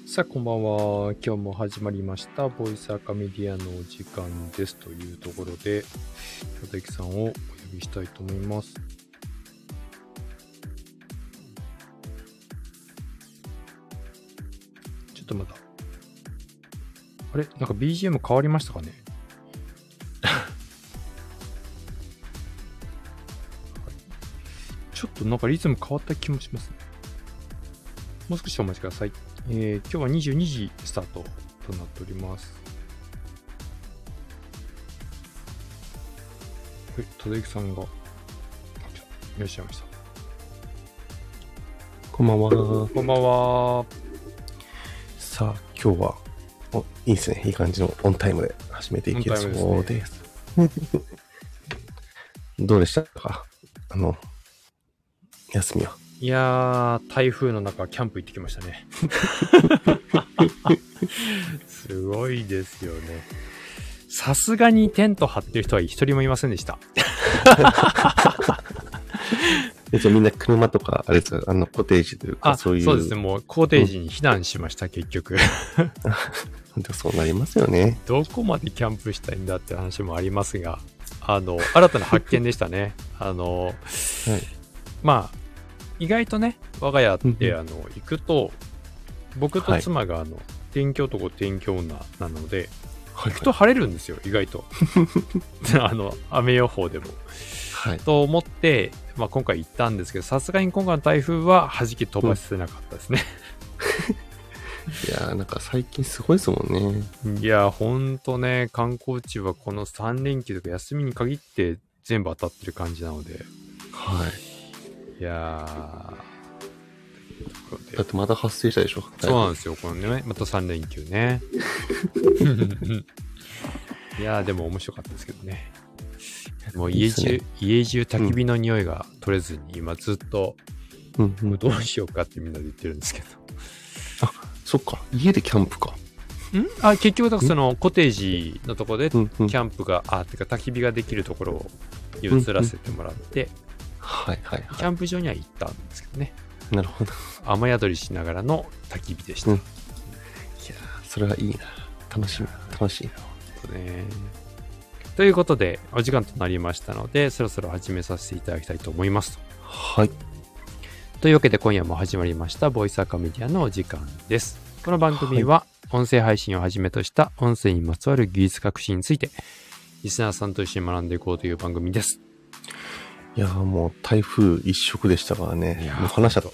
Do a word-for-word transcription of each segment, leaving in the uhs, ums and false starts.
さあこんばんは。今日も始まりましたボイスアカメディアのお時間ですというところで、ひょうたきさんをお呼びしたいと思います。ちょっとまだあれなんか ビージーエム 変わりましたかねちょっとなんかリズム変わった気もしますね。もう少しお待ちください。えー、今日はにじゅうにじスタートとなっております。はい、戸田さんがいらっしゃいました。 こんばんは。 こんばんは。 さあ、今日は、お、いいですね。いい感じのオンタイムで始めていけそうです。どうでしたか？あの、休みは。 いやー、台風の中、キャンプ行ってきましたね。すごいですよね。さすがにテント張ってる人は一人もいませんでした。 じゃあみんな車とか、あれですか、あの、コテージというか、そういう。 そうですね、もうコテージに避難しました、うん、結局。 そうなりますよね。 どこまでキャンプしたいんだって話もありますが、あの、新たな発見でしたね。あの、はい、まあ、意外とね、我が家って、うん、あの、行くと、僕と妻が、あの、はい、天気男、天気女なので、はい、行くと晴れるんですよ、意外と。あの、雨予報でも。はい、と思って、まあ、今回行ったんですけど、さすがに今回の台風は弾き飛ばせなかったですね。 うん、いやー、なんか最近すごいですもんね。いやー、ほんとね、観光地はこのさん連休とか休みに限って全部当たってる感じなので。 はい。 いやー。だってまた発生したでしょ。 そうなんですよ。このね、またさん連休ね。いやー、でも面白かったですけどね。もう家中、いいね、家中焚き火の匂いが取れずに、うん、今ずっと、うんうん、どうしようかってみんなで言ってるんですけど。 あ、そっか。家でキャンプか。 んあ、結局、だからそのコテージのところでキャンプが、うんうん、あ、てか焚き火ができるところを移らせてもらって、うんうん、 はいはいはい。 キャンプ場には行ったんですけどね。 なるほど。 雨宿りしながらの焚き火でした。 うん、いやー、それはいいな。楽しみ。楽しいな。 ほんとね。ということで、お時間となりましたので、そろそろ始めさせていただきたいと思います。 はい。 というわけで、今夜も始まりました、ボイスアカメディアのお時間です。この番組は、音声配信をはじめとした音声にまつわる技術革新について、リスナーさんと一緒に学んでいこうという番組です。 いやーもう台風一色でしたからね。もう話しちゃった。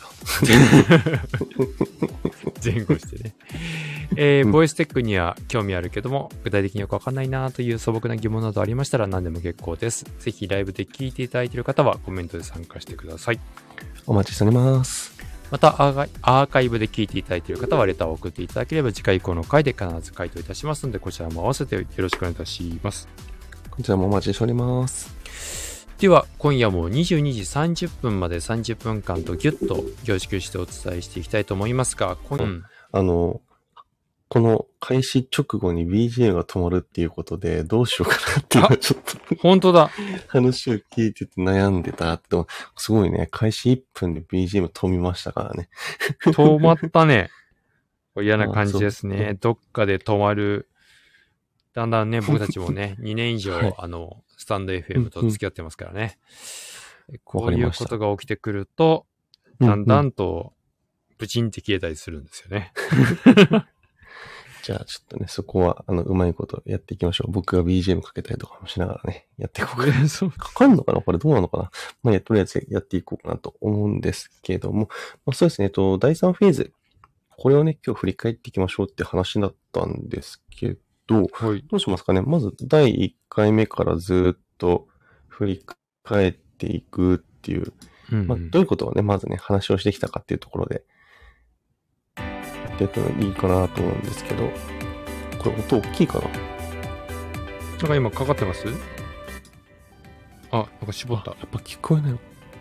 前後してね。えー、ボイステックには興味あるけども、具体的によくわかんないなという素朴な疑問などありましたら何でも結構です。ぜひライブで聞いていただいている方はコメントで参加してください。 お待ちしております。 またアーカイブで聞いていただいている方はレターを送っていただければ次回以降の回で必ず回答いたしますので、こちらも合わせてよろしくお願いいたします。 こちらもお待ちしております。 では今夜もにじゅうにじさんじゅっぷんまでさんじゅっぷんかんとギュッと凝縮してお伝えしていきたいと思いますが、 うん、あのこの開始直後に ビージーエム が止まるっていうことでどうしようかなっていうのはちょっと本当だ話を聞いてて悩んでたってすごいね、開始いっぷんで ビージーエム 止みましたからね。 止まったね。嫌な感じですね。どっかで止まる。だんだんね、僕たちもね、にねん以上、はい、あの、スタンド エフエム と付き合ってますからね。うんうん、こういうことが起きてくると、だんだんと、ブチンって消えたりするんですよね。 じゃあ、ちょっとね、そこは、あの、うまいことやっていきましょう。僕が ビージーエム かけたりとかもしながらね、やっていこうかな。かかんのかなこれどうなのかなまあ、とりあえずやっていこうかなと思うんですけども、まあ、そうですね、と、だいさんフェーズ。これをね、今日振り返っていきましょうって話だったんですけど、はい、どうしますかね。まずだいいっかいめからずっと振り返っていくっていう、うんうん、まあ、どういうことをね、まずね、話をしてきたかっていうところで、やっていくのいいかなと思うんですけど、これ音大きいかな？ なんか今かかってます？あ、なんか絞った。 やっぱ聞こえない。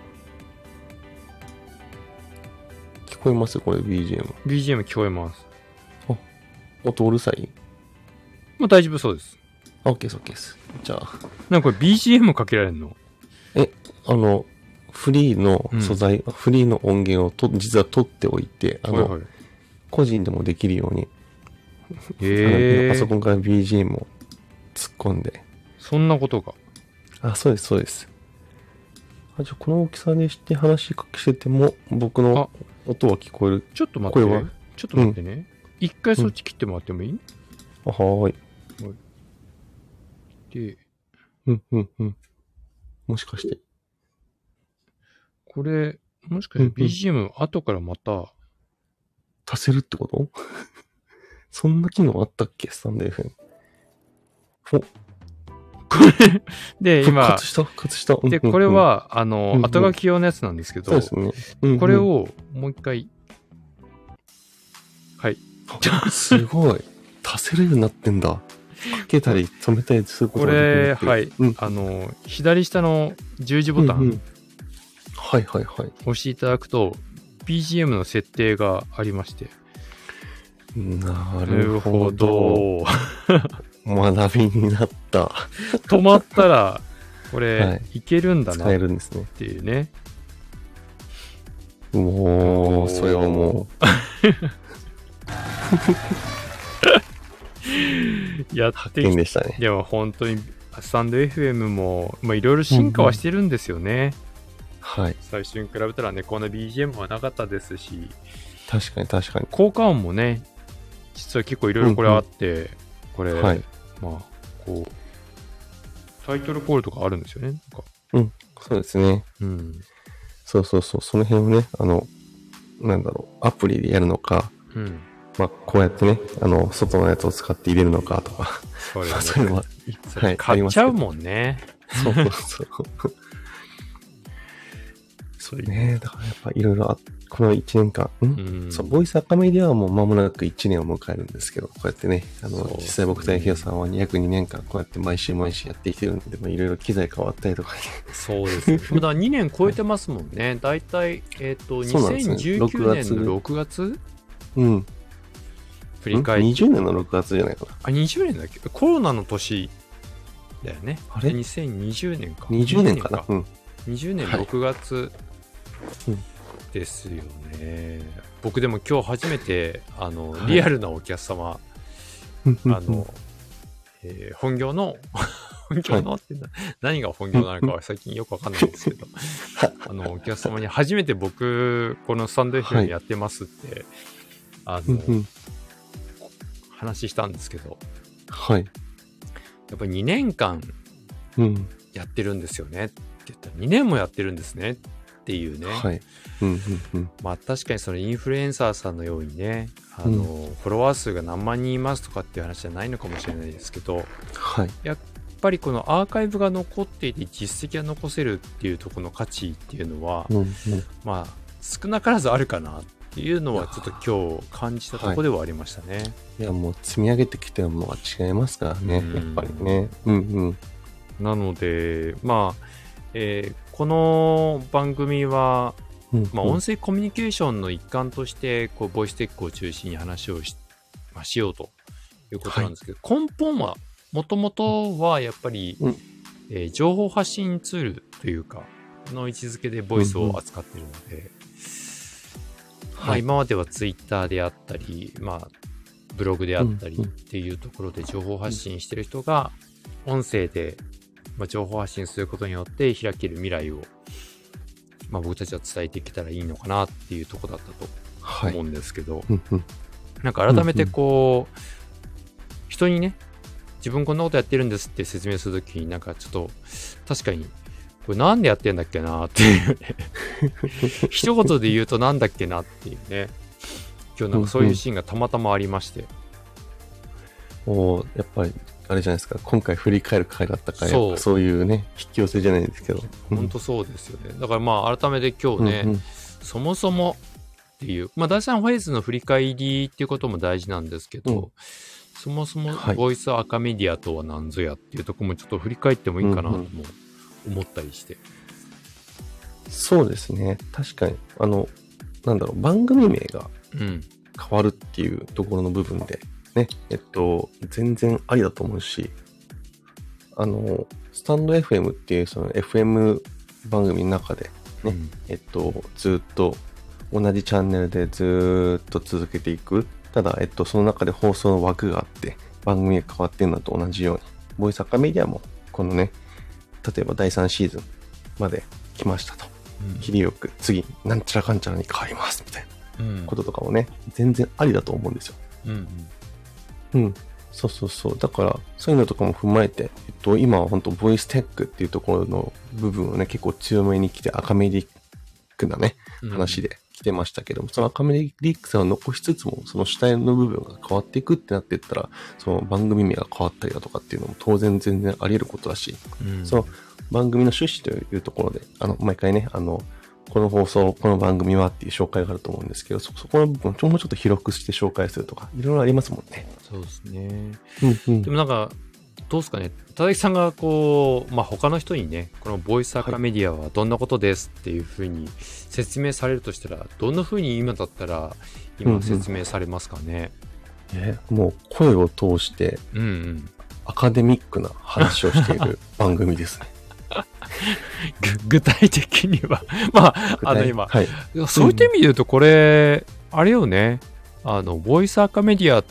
聞こえますこれ ビージーエム。 ビージーエム 聞こえます。 あ、音うるさい？ もう大丈夫そうです。 あ、OK です、OK です。じゃあ。 なんかこれ ビージーエム かけられるの？ え、あの、フリーの素材、うん、フリーの音源をと実は取っておいて、あの、はいはい、 個人でもできるように、 へー、 パソコンから ビージーエム を突っ込んで。 そんなことが。 あ、そうです、そうです。あ、じゃあこの大きさでして話しかけしてても、僕の音は聞こえる。 ちょっと待って。ちょっと待ってね。一、うん、回そっち切ってもらってもいい？うん、 あ、はーい。 で、 うん、うん、うん。もしかして。 これ、もしかして ビージーエム うんうん、後からまた。 足せるってことそんな機能あったっけスタンド エフエム。お。これ、で、今。 復活した、復活した。 で、これは、あの、後書き用のやつなんですけど、 そうですね。うんうん、 これをもう一回。はい。 すごい。足せるようになってんだ。かけたり止めたりすることができる。 これ、はい、うん。あの、左下の十字ボタン、うんうん、 はいはいはい。 押していただくと、ビージーエム の設定がありまして。 なるほど。学びになった。 止まったら、これ、はい、いけるんだな。 使えるんですね。 っていうね。 もう、それはもう。 やって発見でしたね。 いや、本当に、スタンド エフエム も、まあ、いろいろ進化はしてるんですよね。 うんうん、はい。 最初に比べたらね、こんな ビージーエム はなかったですし。 確かに確かに。 効果音もね、実は結構いろいろこれあって、うんうん、これ、 はい、 まあ、こう、タイトルコールとかあるんですよね。なんかうん、そうですね。 うん。 そうそうそう、その辺をね、あの、なんだろう、アプリでやるのか、 うん。 まあ、こうやってね、あの、外のやつを使って入れるのかとか。 そうですね。 そういうのは、 はい、買っちゃうもんね。 そうそうそう。そうね。だからやっぱいろいろ、このいちねんかん、ん、うん、そう、ボイス赤メディアはもう間もなくいちねんを迎えるんですけど、こうやってね、あの、ね、実際僕とヒヨさんは約にねんかんこうやって毎週毎週やってきてるんで、いろいろ機材変わったりとかね。 そうですね。だからにねん超えてますもんね。だいたい、えっ、ー、と、にせんじゅうきゅうねんのろくがつ、 うん。 振り返って。 にじゅうねんのろくがつじゃないかな。 あ、にじゅうねんだっけ？コロナの年だよね。 あれにせんにじゅうねんか。 にじゅうねんかな。うん。 にじゅうねんろくがつですよね。はい、僕でも今日初めて、あの、はい、リアルなお客様、あの、えー、本業の、本業のって、はい、何が本業なのかは最近よくわかんないんですけど、あの、お客様に初めて僕、このスタンド エフエム やってますって、はい、あの、話したんですけど、 はい。 やっぱりにねんかんやってるんですよねって言ったら、にねんもやってるんですねっていうね。 はい。うんうんうん、 まあ確かにそのインフルエンサーさんのようにね、あの、うん、フォロワー数が何万人いますとかっていう話じゃないのかもしれないですけど、 はい。 やっぱりこのアーカイブが残っていて実績が残せるっていうところの価値っていうのは、 うんうん、 まあ少なからずあるかなっていうのはちょっと今日感じたところではありましたね。はい、 いやもう積み上げてきてるものが違いますからね、やっぱりね。うんうん。 なので、まあ、えー、この番組は、うんうん、まあ、音声コミュニケーションの一環としてこうボイステックを中心に話を し,、まあ、しようということなんですけど、はい、根本はもともとはやっぱり、うんえー、情報発信ツールというかの位置づけでボイスを扱っているので、うんうんまあ、今まではツイッターであったり、まあ、ブログであったりっていうところで情報発信してる人が音声で、まあ、情報発信することによって開ける未来を、まあ、僕たちは伝えていけたらいいのかなっていうところだったと思うんですけど、はい、なんか改めてこう、人にね、自分こんなことやってるんですって説明するときになんかちょっと確かにこれなんでやってんだっけなっていうね一言で言うとなんだっけなっていうね、今日なんかそういうシーンがたまたまありまして、 うんうん、おやっぱりあれじゃないですか、今回振り返る回だったから、そうそういうね引き寄せじゃないですけど、 本当そうですよね。だからまあ改めて今日ね、うんうん、そもそもっていう、まあだいさんフェーズの振り返りっていうことも大事なんですけど、うん、そもそもボイス赤メディアとは何ぞやっていうところもちょっと振り返ってもいいかなとも思ったりして、 うんうん、そうですね、確かにあのなんだろう、番組名が変わるっていうところの部分でね、えっと全然ありだと思うし、あのスタンド エフエム っていうその エフエム 番組の中でね、うん、えっとずっと同じチャンネルでずーっと続けていく。ただ、えっと、その中で放送の枠があって、番組が変わってるのと同じように、ボイスアカメディアも、このね、例えばだいさんシーズンまで来ましたと。うん、切りよく、次、なんちゃらかんちゃらに変わります、みたいなこととかもね、うん、全然ありだと思うんですよ。うん、うん。うん。そうそうそう。だから、そういうのとかも踏まえて、えっと、今は本当ボイステックっていうところの部分をね、結構強めに来て、アカメディックなね、話で来てましたけども、うん、そのアカメディックさを残しつつも、その主体の部分が変わっていくってなっていったら、その番組名が変わったりだとかっていうのも当然全然あり得ることだし、うん、その番組の趣旨というところで、あの、毎回ね、あの、この放送、この番組はっていう紹介があると思うんですけど、そ、そこの部分をもうちょっと広くして紹介するとか、いろいろありますもんね。 そうですね。 うんうん、 でもなんか、どうですかね、田崎さんがこう、まあ、他の人にね、このボイスアカメディアはどんなことですっていうふうに説明されるとしたら、はい、どんなふうに今だったら、今説明されますかね。 うんうん、え、もう声を通して、うんうん、アカデミックな話をしている番組ですね。 具体的にはまあ、あの今、はい、そういった意味で言うと、これ、うん、あれよね、あの、ボイスアカメディアって、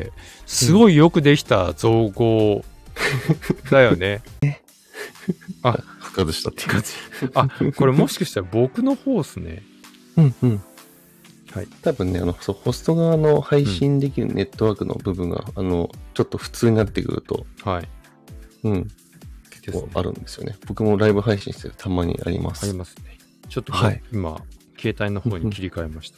すごいよくできた造語だよね。 うん、あ、深でしたって感じ。 あ、これもしかしたら僕の方ですね。 うんうん。はい。多分ね、あの、そう、ホスト側の配信できるネットワークの部分が、うん、あの、ちょっと普通になってくると、はい。うん。結構あるんですよね。僕もライブ配信してるたまにあります。 ありますね。ちょっと、はい、今、携帯の方に切り替えました。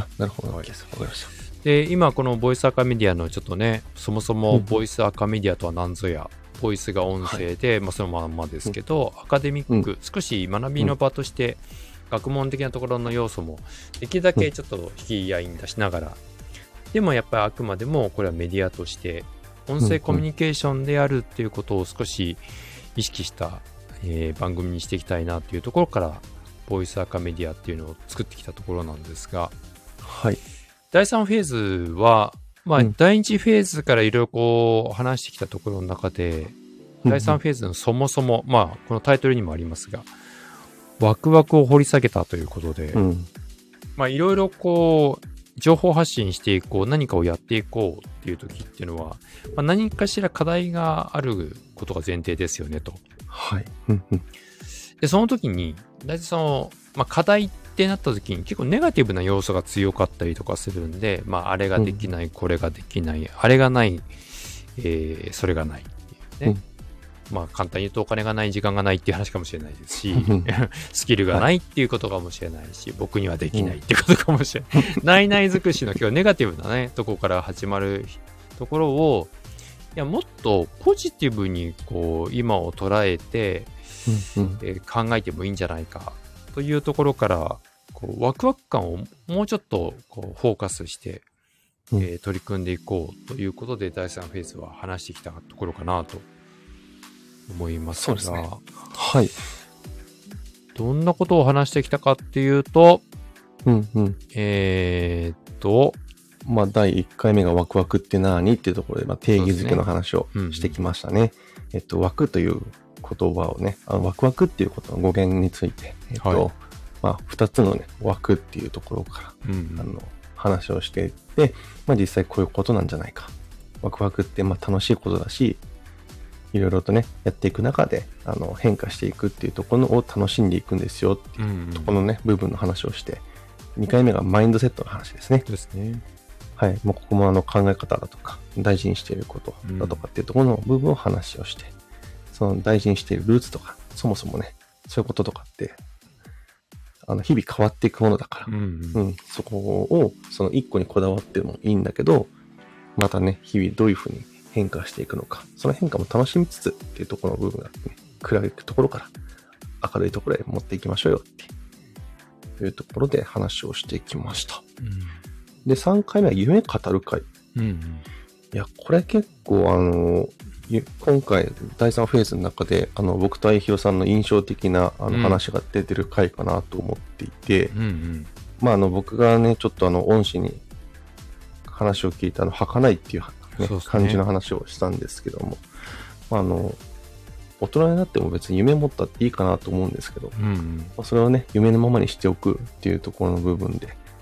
あ、なるほど。わ、はい、かりました。 で、今、このボイスアカメディアのちょっとね、そもそもボイスアカメディアとは何ぞや、うん、ボイスが音声で、はい、まあ、そのまんまですけど、うん、アカデミック、うん、少し学びの場として、学問的なところの要素も、できるだけちょっと引き合いに出しながら、うん、でもやっぱりあくまでも、これはメディアとして、音声コミュニケーションであるっていうことを少し意識した、えー、番組にしていきたいなっていうところから、ボイスアカメディアっていうのを作ってきたところなんですが、 はい。 だいさんフェーズは、まあ、だいいちフェーズからいろいろこう話してきたところの中で、だいさんフェーズのそもそも、まあ、このタイトルにもありますが、ワクワクを掘り下げたということで、うん、まあ、いろいろこう、情報発信していこう、何かをやっていこうっていう時っていうのは、まあ、何かしら課題があることが前提ですよねと。 はい。 で、その時に、大体その、まあ、課題ってなった時に結構ネガティブな要素が強かったりとかするんで、まあ、あれができない、うん、これができない、あれがない、えー、それがないっていうね。うん、まあ、簡単に言うとお金がない、時間がないっていう話かもしれないですし、スキルがないっていうことかもしれないし、はい、僕にはできないっていうことかもしれない。ないない尽くしの今日ネガティブなね、とこから始まるところを、いや、もっとポジティブにこう、今を捉えて、うんうんえー、考えてもいいんじゃないかというところからこうワクワク感をもうちょっとこうフォーカスして、うんえー、取り組んでいこうということでだいさんフェーズは話してきたところかなと思いますが、 そうですね。はい。 どんなことを話してきたかっていうと、 うんうん、 えー、っとまあだいいっかいめがワクワクって何っていうところで、まあ、定義づけの話をしてきましたね。うんうん、えっとワクという言葉をね、あのワクワクっていうことの語源について、えっと、はい、まあ、二つのね、枠っていうところから、うんうん、あの、話をしていって、まあ実際こういうことなんじゃないか。ワクワクってまあ楽しいことだし、いろいろとね、やっていく中で、あの、変化していくっていうところを楽しんでいくんですよっていうところのね、うんうん、部分の話をして、にかいめがマインドセットの話ですね。 ですね。 はい。もうここもあの考え方だとか、大事にしていることだとかっていうところの部分を話をして、その大事にしているルーツとか、そもそもね、そういうこととかって、あの、日々変わっていくものだから、うんうんうん、そこを、その一個にこだわってもいいんだけど、またね、日々どういうふうに変化していくのか、その変化も楽しみつつっていうところの部分がね、暗いところから明るいところへ持っていきましょうよっていうところで話をしてきました。うん、で、さんかいめは夢語る会。うんうん、いや、これ結構あの、今回だいさんフェーズの中であの僕と愛弘さんの印象的なあの話が出てる回かなと思っていて、うんうんうん、まああの僕がねちょっとあの恩師に話を聞いたの儚いっていう、ねね、感じの話をしたんですけども、まあ、あの大人になっても別に夢持ったっていいかなと思うんですけど、うんうんまあ、それをね夢のままにしておくっていうところの部分で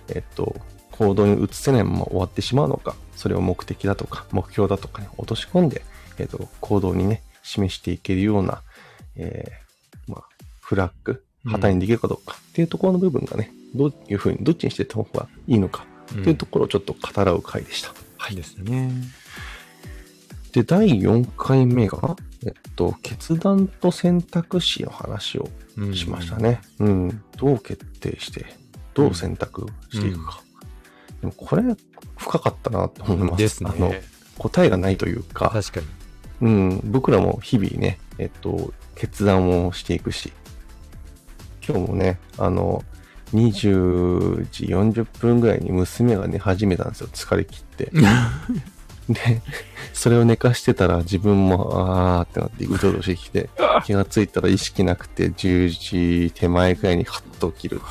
えっと、行動に移せないまま終わってしまうのか、それを目的だとか目標だとかに落とし込んで、えっと、行動にね、示していけるような、えー、まあ、フラッグ、旗にできるかどうかっていうところの部分がね、どういうふうに、どっちにしていった方がいいのかっていうところをちょっと語らう回でした。うん、 はいですね。 で、だいよんかいめが、えっと、決断と選択肢の話をしましたね。うん、うん。どう決定して、どう選択していくか。うん、でもこれ、深かったなと思います。 ですね。 あの、答えがないというか。 確かに。 うん、僕らも日々ね、えっと、決断をしていくし、今日もね、あの、にじゅうじよんじゅっぷんぐらいに娘が寝始めたんですよ。疲れ切って。で、それを寝かしてたら自分もあーってなってうとうとしてきて、気がついたら意識なくてじゅうじ手前くらいにハッと起きる。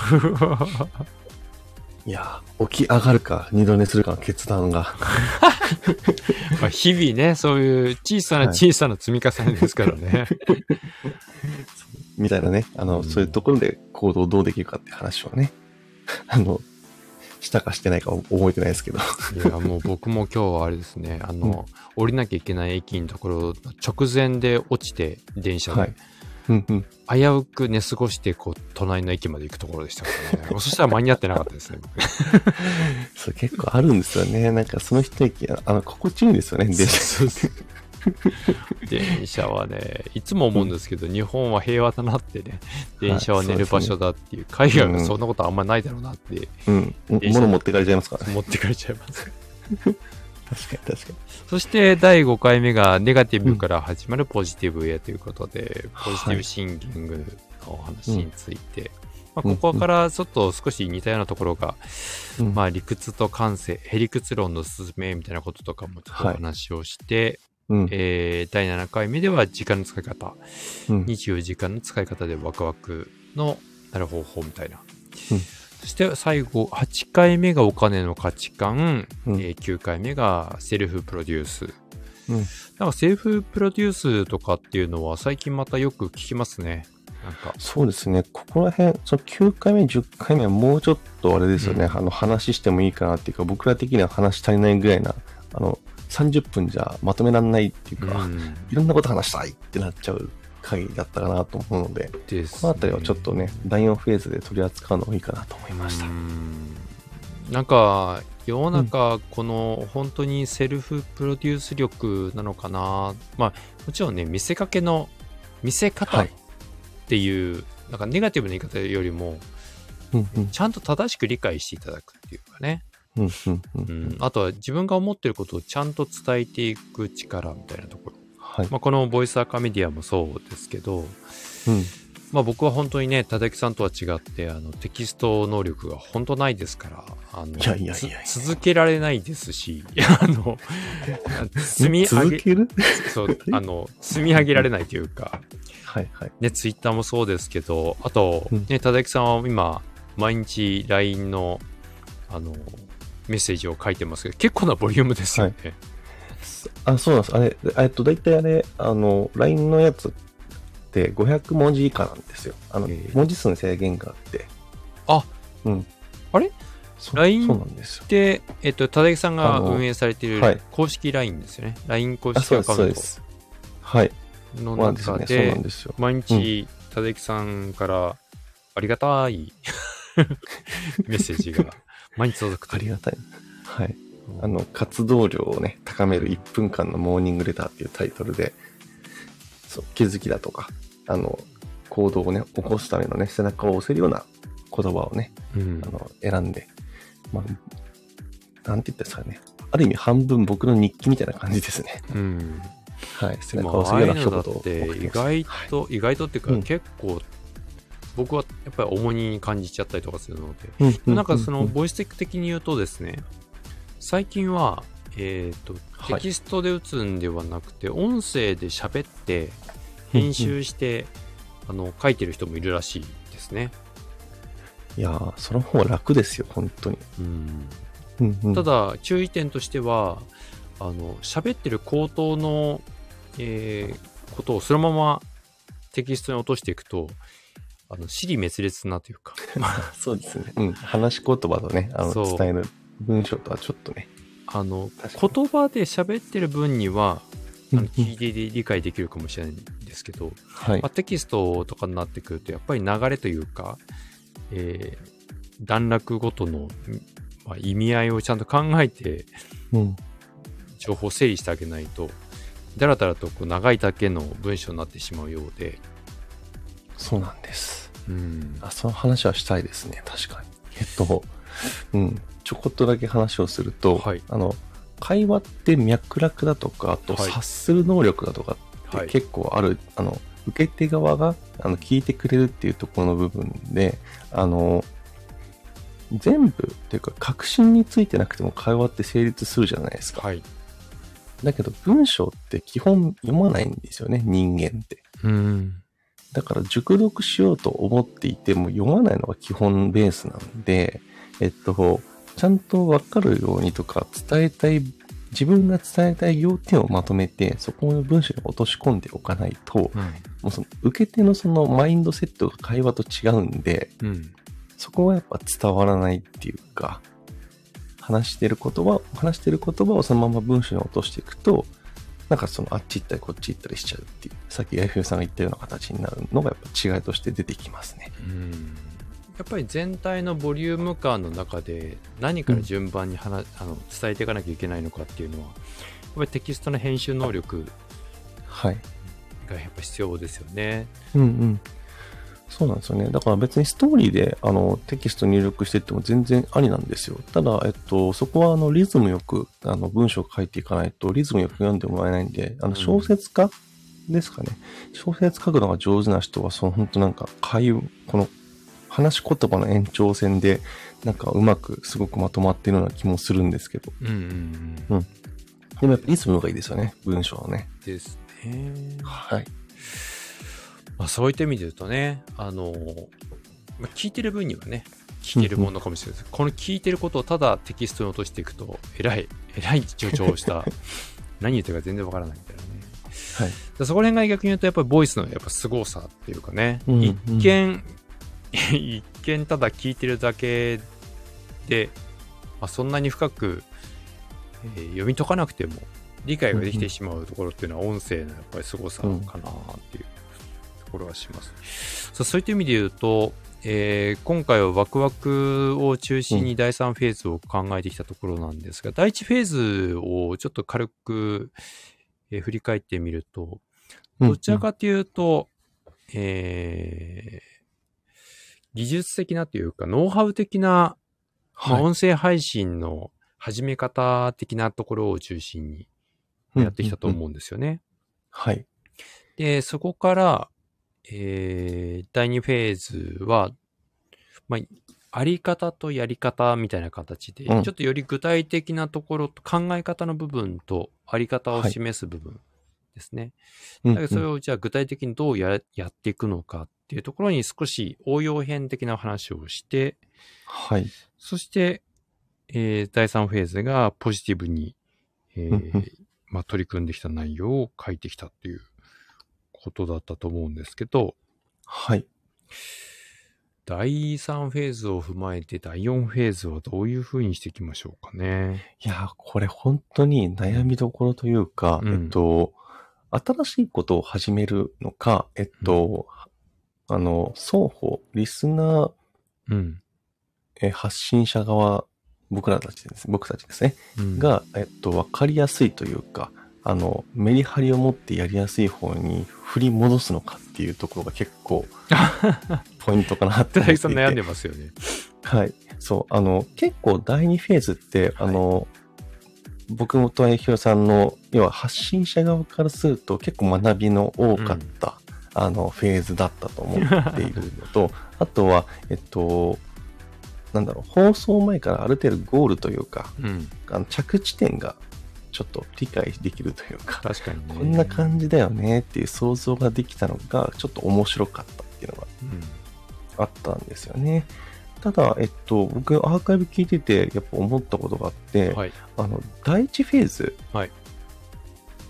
いやー、起き上がるか二度寝するかの決断が。 まあ日々ね、そういう小さな小さな積み重ねですからね。はい、 みたいなね、あの、うん、そういうところで行動どうできるかって話をね、あの、したかしてないか覚えてないですけど。 いや、もう僕も今日はあれですね、あの、うん、降りなきゃいけない駅のところ、直前で落ちて、電車で。はい、うんうん、危うく寝過ごして、こう、隣の駅まで行くところでしたからね。そしたら間に合ってなかったですね。 それ結構あるんですよね。なんかその一駅、あの、心地いいんですよね、電車。そうそう電車はね、いつも思うんですけど、うん、日本は平和だなってね、電車は寝る場所だっていう、海外はそんなことあんまないだろうなって。 うん。物持ってかれちゃいますからね。 持ってかれちゃいます。 確かに確かに。 そしてだいごかいめがネガティブから始まるポジティブへということで、うん、ポジティブシンキングのお話について、はい、まあ、ここからちょっと少し似たようなところが、うん、まあ理屈と感性、へ理屈論の進めみたいなこととかもちょっとお話をして、はいうん、えー、だいななかいめでは時間の使い方、うん、にじゅうよじかんの使い方でワクワクのなる方法みたいな、うん、そして最後はちかいめがお金の価値観、うんえー、きゅうかいめがセルフプロデュース、うん、なんかセルフプロデュースとかっていうのは最近またよく聞きますね。なんかそうですね、ここら辺そのきゅうかいめじゅっかいめはもうちょっとあれですよね、うん、あの話してもいいかなっていうか、僕ら的には話足りないぐらいな、あのさんじゅっぷんじゃまとめられないっていうか、うん、いろんなこと話したいってなっちゃう回だったかなと思うので、でね、このあたりはちょっとね、だいよんフェーズで取り扱うのもいいかなと思いました。 うんなんか世の中、この本当にセルフプロデュース力なのかな、まあもちろんね、見せかけの見せ方っていう、はい、なんかネガティブな言い方よりも、うんうん、ちゃんと正しく理解していただくっていうかね、うんうんうんうん、あとは自分が思っていることをちゃんと伝えていく力みたいなところ、はいまあ、このボイスアカメディアもそうですけど、うんまあ、僕は本当にね、ただきさんとは違ってあのテキスト能力が本当ないですから、あのいやいやいやいや続けられないですし、あの積み上げるそうあの積み上げられないというか、はいはいね、ツイッターもそうですけど、あと、ね、ただきさんは今毎日 ライン のあのメッセージを書いてますけど、結構なボリュームですよね。はい、 あ、そうなんです。あれ、えっと、だいたいあれ、あの、ライン のやつってごひゃくもじ以下なんですよ。あの、えー、文字数に制限があって。 あ、うん。あれ ?ライン って、えっと、ただきさんが運営されている公式 ライン ですよね。ライン 公式アカウント。そうです。 はい。 の中で、そうなんですよ。毎日、ただきさんからありがたいメッセージが毎日届くと。 ありがたい。はい。あの、活動量をね、高めるいっぷんかんのモーニングレターっていうタイトルで、そう、気づきだとか、あの、行動をね、起こすためのね、背中を押せるような言葉をね、うん、あの、選んで、まあ、なんて言ったんですかね。ある意味半分僕の日記みたいな感じですね。うん。はい。背中を押せるような一言を送ってます。 意外と、はい、意外とっていうか、うん、結構、僕はやっぱり重荷に感じちゃったりとかするので、うんうんうんうん、なんかそのボイステック的に言うとですね、最近は、えっと、テキストで打つんではなくて、はい、音声で喋って編集して、うんうん、あの書いてる人もいるらしいですね。 いやー、その方が楽ですよ、本当に。うんうんうん、ただ注意点としては、あの喋ってる口頭の、えー、ことをそのままテキストに落としていくと、 あの、尻滅裂なというか。 そうですね。うん。話し言葉とね、あの、伝える文章とはちょっとね。 あの、言葉で喋ってる分には、あの聞いて理解できるかもしれないんですけど、 はいまあ、テキストとかになってくると、やっぱり流れというか、えー、段落ごとの、まあ、意味合いをちゃんと考えて、 うん、 情報を整理してあげないと、だらだらとこう長いだけの文章になってしまうようで。 そうなんです。 うん、 あ、その話はしたいですね。確かに。えっと、うん、ちょこっとだけ話をすると、はい、あの、会話って脈絡だとか、あと察する能力だとかって結構ある、はい、あの、受け手側があの聞いてくれるっていうところの部分で、あの、全部っていうか確信についてなくても会話って成立するじゃないですか。はい、だけど文章って基本読まないんですよね、人間って。 うん、 だから熟読しようと思っていても読まないのが基本ベースなんで、えっと、ちゃんとわかるようにとか伝えたい、自分が伝えたい要点をまとめて、そこの文章に落とし込んでおかないと、うん、もうその受け手のそのマインドセットが会話と違うんで、うん、そこはやっぱ伝わらないっていうか、話してる言葉、話してる言葉をそのまま文章に落としていくと、なんかそのあっち行ったりこっち行ったりしちゃうっていう、さっきヤフーさんが言ったような形になるのがやっぱ違いとして出てきますね。 うんやっぱり全体のボリューム感の中で何から順番に話、うん、あの伝えていかなきゃいけないのかっていうのはやっぱりテキストの編集能力がやっぱ必要ですよね。 うんうん。そうなんですよね。だから別にストーリーであのテキスト入力していっても全然ありなんですよ。ただ、えっと、そこはあのリズムよくあの文章を書いていかないとリズムよく読んでもらえないんで、あの小説家ですかね。うん、小説書くのが上手な人は、その本当なんか会話、この話し言葉の延長線でなんかうまくすごくまとまっているような気もするんですけど。 うんうんうん。うん。 でもやっぱリズムがいいですよね。文章のね。 ですね。 はい。 まあそういった意味で言うとね、あの、まあ、聞いてる分にはね、聞けるものかもしれないです。うんうん、この聞いてることをただテキストに落としていくと、えらい、えらい助長した、何言ってるか全然わからないみたいなね。はい。そこら辺が逆に言うとやっぱりボイスのやっぱ凄さっていうかね、うんうん、一見、一見ただ聞いてるだけで、まあ、そんなに深く、えー、読み解かなくても理解ができてしまうところっていうのは音声のやっぱり凄さかなっていうところはします。うん、そう、そういった意味で言うと、えー、今回はワクワクを中心にだいさんフェーズを考えてきたところなんですが、うん、だいいちフェーズをちょっと軽く、えー、振り返ってみると、どちらかというと、うんうん、えー技術的なというか、ノウハウ的な、まあ、音声配信の始め方的なところを中心にやってきたと思うんですよね。うんうんうん、 はい。 で、そこから、えー、だいにフェーズは、まあ、あり方とやり方みたいな形で、うん、ちょっとより具体的なところと考え方の部分とあり方を示す部分ですね。はい、だからそれをじゃあ具体的にどう や, やっていくのかっていうところに少し応用編的な話をして、 はい。 そして、えー、だいさんフェーズがポジティブに、えーまあ、取り組んできた内容を書いてきたっていうことだったと思うんですけど、 はい。 だいさんフェーズを踏まえてだいよんフェーズはどういう風にしていきましょうかね。 いや、これ本当に悩みどころというか、うん、えっと、新しいことを始めるのか、えっと、うん、あの、双方、リスナー、 うん、 え発信者側、僕らたちです、僕たちですね、うん、が、えっと、わかりやすいというか、あの、メリハリを持ってやりやすい方に振り戻すのかっていうところが結構、ポイントかなって思っていて。 大さん悩んでますよね。 はい。そう、あの、結構だいにフェーズって、はい、あの、僕もとあやひろさんの、要は発信者側からすると結構学びの多かった、うん、あの、フェーズだったと思っているのと、あとは、えっと、なんだろう、放送前からある程度ゴールというか、うん、あの着地点がちょっと理解できるというか、 確かにね、 こんな感じだよねっていう想像ができたのがちょっと面白かったっていうのがあったんですよね。うん、ただ、えっと、僕アーカイブ聞いててやっぱ思ったことがあって、はい、あの、だいいちフェーズ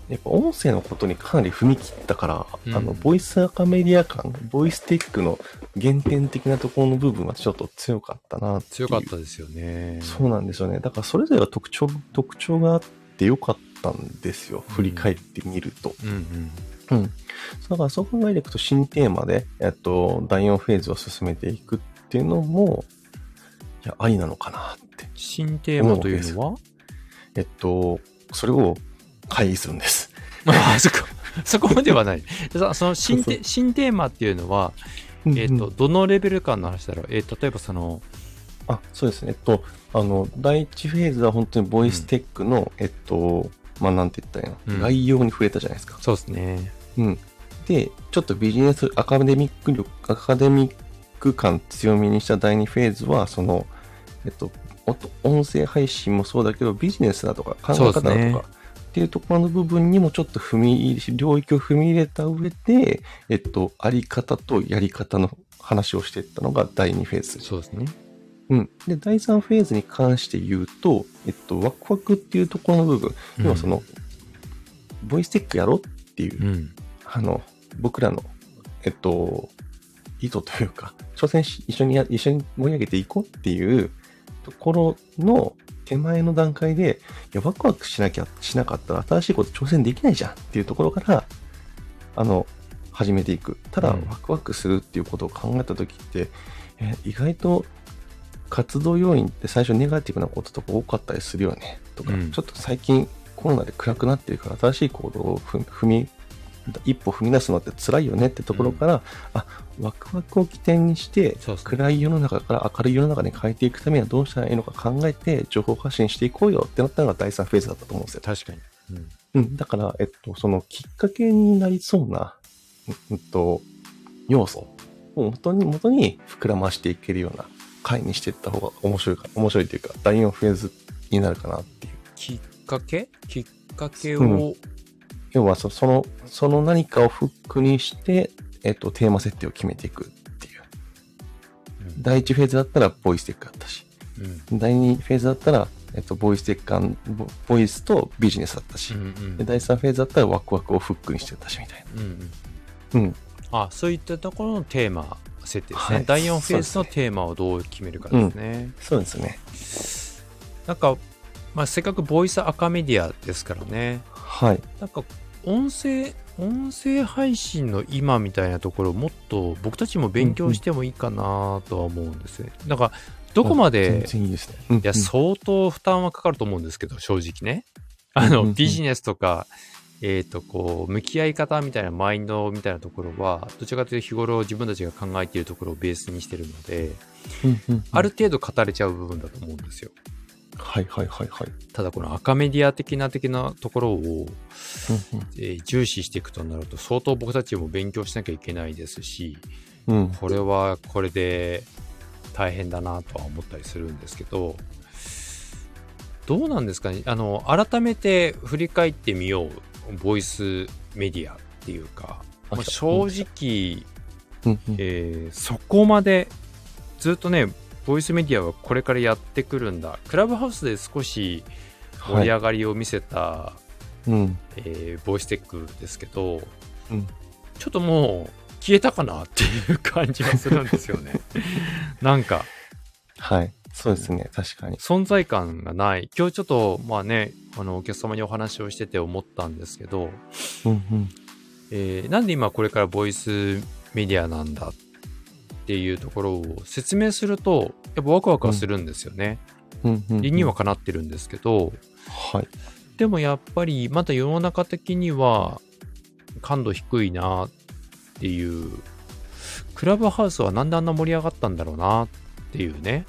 やっぱ音声のことにかなり踏み切ったから、 うん、 あの、ボイスアカメディア感、ボイステックの原点的なところの部分はちょっと強かったなっていう。 強かったですよね。 そうなんですよね。だからそれぞれが特徴、特徴があってよかったんですよ。振り返ってみると。 うんうんうん。だからそう考えていくと新テーマで、えっと、だいよんフェーズを進めていくっていうのも、いや、ありなのかなって。 新テーマというのはえっと、それを会議するんです。 ああ、そこ、そこまではない。その新テ、新テーマっていうのは、えっと、どのレベル感の話だろう。えー、例えばその、 あ、そうですね。えっと、あの、第一フェーズは本当にボイステックの、うん、えっと、まあ、なんて言ったらいいの、うん、概要に触れたじゃないですか。 そうですね。 うん。で、ちょっとビジネス、アカデミック力、アカデミック感強みにした第二フェーズは、その、えっと、音声配信もそうだけど、ビジネスだとか考え方だとか、ね、っていうところの部分にもちょっと踏み入れ、領域を踏み入れた上で、えっと、あり方とやり方の話をしていったのが第二フェーズ。 そうですね。 うん。で、だいさんフェーズに関して言うと、えっと、ワクワクっていうところの部分、うん、要はその、ボイステックやろっていう、うん、あの、僕らの、えっと、意図というか、挑戦し、一緒にや、一緒に盛り上げていこうっていうところの手前の段階で、いや、ワクワクしなきゃ、しなかったら新しいこと挑戦できないじゃんっていうところから、あの、始めていく。ただ、うん、ワクワクするっていうことを考えたときって、えー、意外と、活動要因って最初ネガティブなこととか多かったりするよねとか、うん、ちょっと最近コロナで暗くなってるから新しい行動を踏み一歩踏み出すのって辛いよねってところから、うん、あワクワクを起点にして暗い世の中から明るい世の中に変えていくためにはどうしたらいいのか考えて情報発信していこうよってなったのがだいさんフェーズだったと思うんですよ。 確かに、 うんうん、だからえっとそのきっかけになりそうな、うん、と要素を元に元に膨らましていけるような回にしていった方が面白いか、面白いというか、だいよんフェーズになるかなっていう。 きっかけきっかけを、 うん、要はそ、その、その何かをフックにして、えっと、テーマ設定を決めていくっていう。うん、だいいちフェーズだったら、ボイステックだったし、うん、だいにフェーズだったら、えっと、ボイステック、ボイスとビジネスだったし、うんうん、でだいさんフェーズだったら、ワクワクをフックにしてたし、みたいな。うんうん。うん。 あ、そういったところのテーマ。設定ですね、はい、だいよんフェーズのテーマをどう決めるかですね。 そうですね。うん、ですねなんか、まあ、せっかくボイスアカメディアですからね。 はい。 なんか音声音声配信の今みたいなところをもっと僕たちも勉強してもいいかなとは思うんですね。うんうん、なんかどこまで、 全然いいですね。うんうん、 いや相当負担はかかると思うんですけど正直ね。あの、うんうんうん、ビジネスとかえっと、こう、向き合い方みたいなマインドみたいなところは、どちらかというと日頃自分たちが考えているところをベースにしているので、 うんうんうん、 ある程度語れちゃう部分だと思うんですよ。 はいはいはいはい。 ただこのアカメディア的な的なところを、うんうんえー、重視していくとなると、相当僕たちも勉強しなきゃいけないですし、うん、これはこれで大変だなとは思ったりするんですけど、どうなんですかね。あの、改めて振り返ってみよう。ボイスメディアっていうか、まあ、正直、うんうんえー、そこまでずっとねボイスメディアはこれからやってくるんだ。クラブハウスで少し盛り上がりを見せた、はいうんえー、ボイステックですけど、うん、ちょっともう消えたかなっていう感じがするんですよねなんかはいそうですね確かに存在感がない。今日ちょっとまあねあのお客様にお話をしてて思ったんですけど、うんうんえー、なんで今これからボイスメディアなんだっていうところを説明するとやっぱワクワクはするんですよね、うんうんうんうん、理にはかなってるんですけど、 はい、 でもやっぱりまだ世の中的には感度低いなっていう、クラブハウスはなんであんな盛り上がったんだろうなっていうね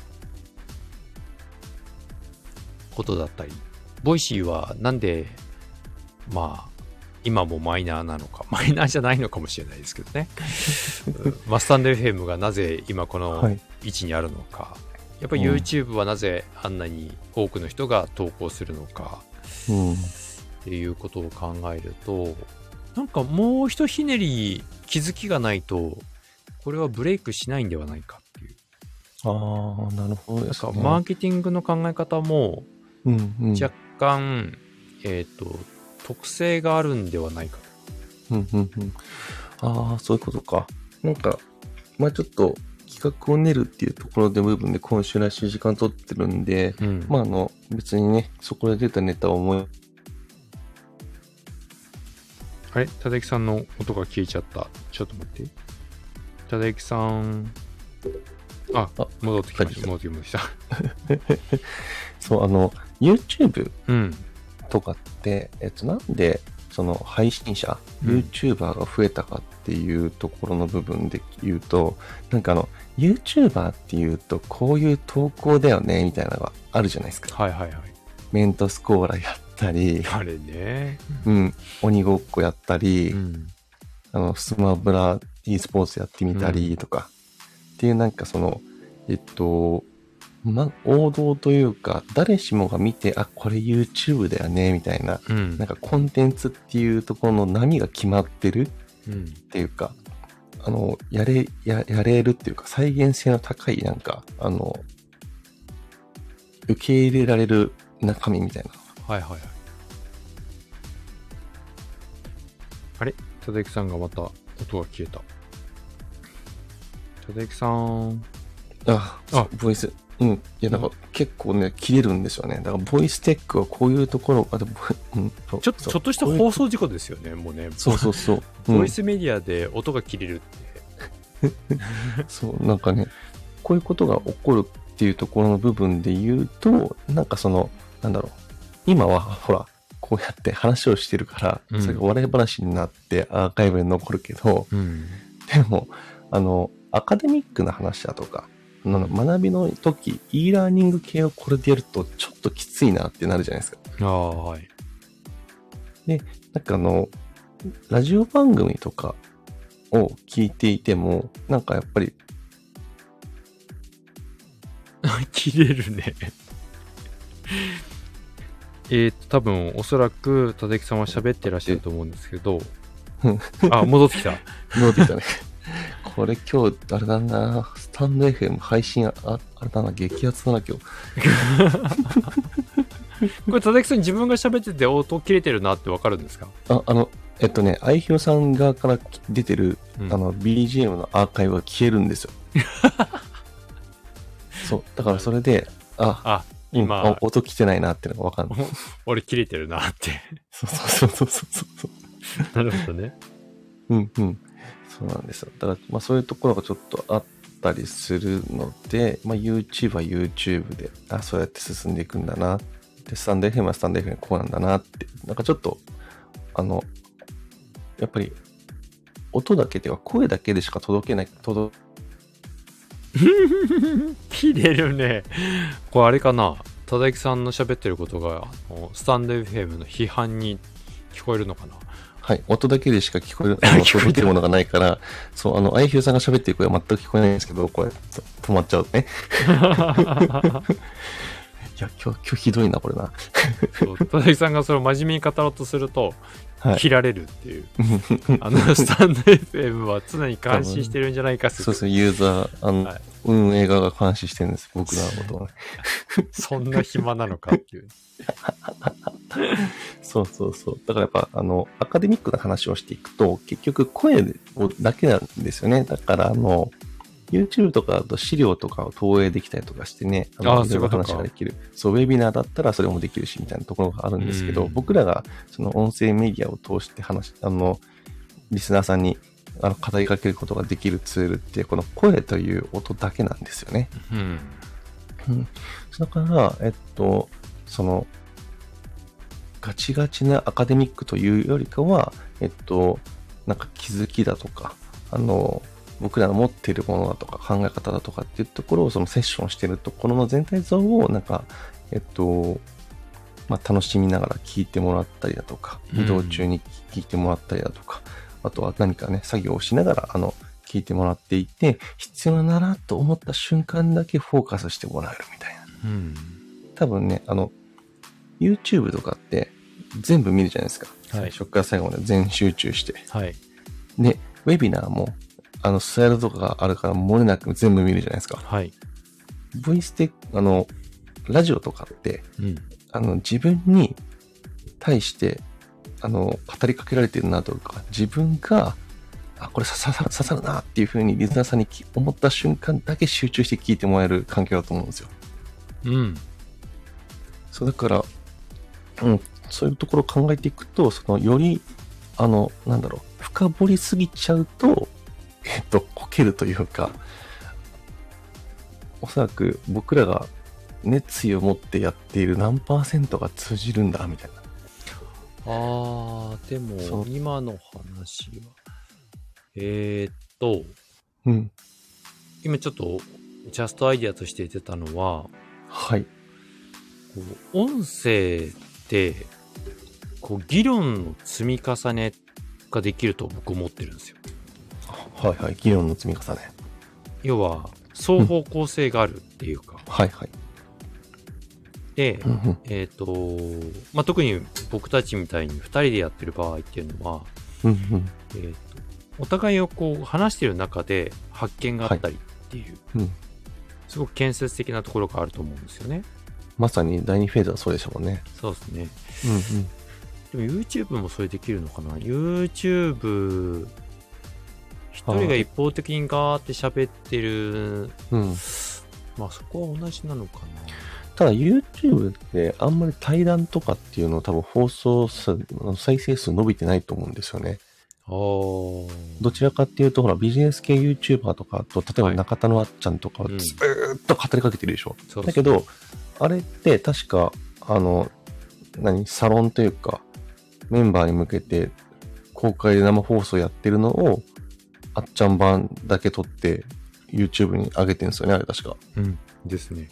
ことだったり、ボイシーはなんでまあ今もマイナーなのか、マイナーじゃないのかもしれないですけどねマスタンド エフエム がなぜ今この位置にあるのか、はい、やっぱり YouTube はなぜあんなに多くの人が投稿するのか、うん、っていうことを考えると、なんかもうひとひねり気づきがないとこれはブレイクしないんではないかっていう。 ああなるほどですね。 なんかマーケティングの考え方も若干、うんうん、えっと特性があるんではないかと。うんうんうん。ああ、そういうことか。なんか、まあちょっと企画を練るっていうところで部分で今週らしい時間取ってるんで、うん、まああの、別にね、そこで出たネタを思い、 あれただきさんの音が消えちゃった。ちょっと待って。ただきさん、あ、あ戻ってきました。戻ってきました。 そう、あの、YouTube とかって、うん、えっと、なんで、その配信者、うん、YouTuber が増えたかっていうところの部分で言うと、なんかあの、YouTuber っていうと、こういう投稿だよね、みたいなのがあるじゃないですか。 はいはいはい。 メントスコーラやったり、 あれね。 うん、鬼ごっこやったり、うん、あの、スマブラ e スポーツやってみたりとか、うん、っていうなんかその、えっと、ま、王道というか、誰しもが見て、あ、これ YouTube だよね、みたいな、うん、なんかコンテンツっていうところの波が決まってるっていうか、うん、あの、やれ、や、やれるっていうか、再現性の高い、なんか、あの、受け入れられる中身みたいな。 はいはいはい。あれただゆきさんがまた音が消えた。ただゆきさん。 あ、あ、ボイス。うん。いや、なんか結構ね、切れるんですよね。だから、ボイステックはこういうところが、 うん、ちょちょっとした放送事故ですよね、もうね。 そうそうそう。 ボイスメディアで音が切れるって。 そう、なんかね、こういうことが起こるっていうところの部分で言うと、なんかその、なんだろう。今は、ほら、こうやって話をしてるから、うん、それが笑い話になってアーカイブに残るけど、うん、でも、あの、アカデミックな話だとか、学びの時、e ラーニング系をこれでやるとちょっときついなってなるじゃないですか。 ああ、はい。 で、なんかあの、ラジオ番組とかを聞いていても、なんかやっぱり、 切れるね。えっと、多分、おそらく、ただきさんは喋ってらっしゃると思うんですけど、あ、戻ってきた。 戻ってきたね。これ今日、あれだな、スタンド エフエム 配信、あ、あれだな、激アツだな、今日。 これ、ただきさん自分が喋ってて音切れてるなってわかるんですか？ あ、あの、えっとね、あいひろさん側から出てる、うん、あの、ビージーエム のアーカイブが消えるんですよ。そう、だからそれで、あ、あ今、うん、音来てないなっていうのがわかんない。 俺切れてるなって。 そうそうそうそうそう。 なるほどね。 うんうん。そうなんですよ。だから、まあそういうところがちょっとあったりするので、まあ YouTube は YouTube で、あ、そうやって進んでいくんだな。で、スタンド エフエム はスタンド エフエム こうなんだなって、なんかちょっと、あの、やっぱり、音だけでは声だけでしか届けない、届切れるね。これあれかな。ただきさんの喋ってることが、あのスタンド エフエム の批判に聞こえるのかな。 はい。音だけでしか聞こえる、あの、届けるものがないから、そう、あの、あいひろさんが喋ってる声は全く聞こえないんですけど、これ、止まっちゃうね。いや、今日、今日ひどいな、これな。 そう、ただきさんがそれを真面目に語ろうとすると、はい、切られるっていう。あの、スタンド エフエム は常に監視してるんじゃないかそうですね、ユーザー、あの、はい、運営側が監視してるんです、僕らのことはね。 そんな暇なのかっていう。 そうそうそう。だからやっぱ、あの、アカデミックな話をしていくと、結局声だけなんですよね。だから、あの、YouTube とかだと資料とかを投影できたりとかしてね、あの、いろいろ話ができる。そう、ウェビナーだったらそれもできるし、みたいなところがあるんですけど、僕らがその音声メディアを通して話、あの、リスナーさんにあの語りかけることができるツールって、この声という音だけなんですよね。うん。うん、だから、えっと、その、ガチガチなアカデミックというよりかは、えっと、なんか気づきだとか、あの、僕らの持っているものだとか考え方だとかっていうところをそのセッションしているところの全体像をなんか、えっと、まあ、楽しみながら聞いてもらったりだとか、移動中に聞いてもらったりだとか、うん、あとは何かね、作業をしながら、あの、聞いてもらっていて、必要だなと思った瞬間だけフォーカスしてもらえるみたいな。うん、多分ね、あの、YouTube とかって全部見るじゃないですか。はい、最初から最後まで全集中して。はい、で、ウェビナーも、あの、スライドとかがあるから漏れなく全部見るじゃないですか。はい。ボイステあの、ラジオとかって、うん、あの、自分に対してあの、語りかけられてるなとか、自分が、あ、これ刺さ刺さるなっていう風にリスナーさんに思った瞬間だけ集中して聞いてもらえる環境だと思うんですよ。 うん。 そうだから、うん、そういうところを考えていくと、そのより、あの、なんだろう、深掘りすぎちゃうと、えっと、こけるというか、おそらく僕らが熱意を持ってやっている何パーセントが通じるんだ、みたいな。 あー、でも、今の話は、えー、っと、 うん。 今ちょっと、ジャストアイディアとして出たのは、 はい。 こう音声って、こう、議論の積み重ねができると僕思ってるんですよ。 はいはい、議論の積み重ね。 要は、双方向性があるっていうか。 うん、はいはい。 で、 うんうん、 えっ、と、まあ、特に僕たちみたいにふたりでやってる場合っていうのは、 うんうん、 えーと、お互いをこう話してる中で発見があったりっていう、はい、うん、すごく建設的なところがあると思うんですよね。 まさにだいにフェーズはそうでしたもんね。 そうですね。 うんうん、 でも YouTube もそれできるのかな。 YouTube 一人が一方的にガーって喋ってる、うん、まあそこは同じなのかな。 ただ YouTube ってあんまり対談とかっていうのを多分放送数、再生数伸びてないと思うんですよね。 あー、 どちらかっていうと、ほら、ビジネス系 YouTuber とかと、例えば中田のあっちゃんとかをずーっと語りかけてるでしょ。うん、だけど、あれって確か、あの、何、サロンというか、メンバーに向けて公開で生放送やってるのを、あっちゃん版だけ撮って YouTube に上げてるんですよね、あれ確か。 うん。ですね。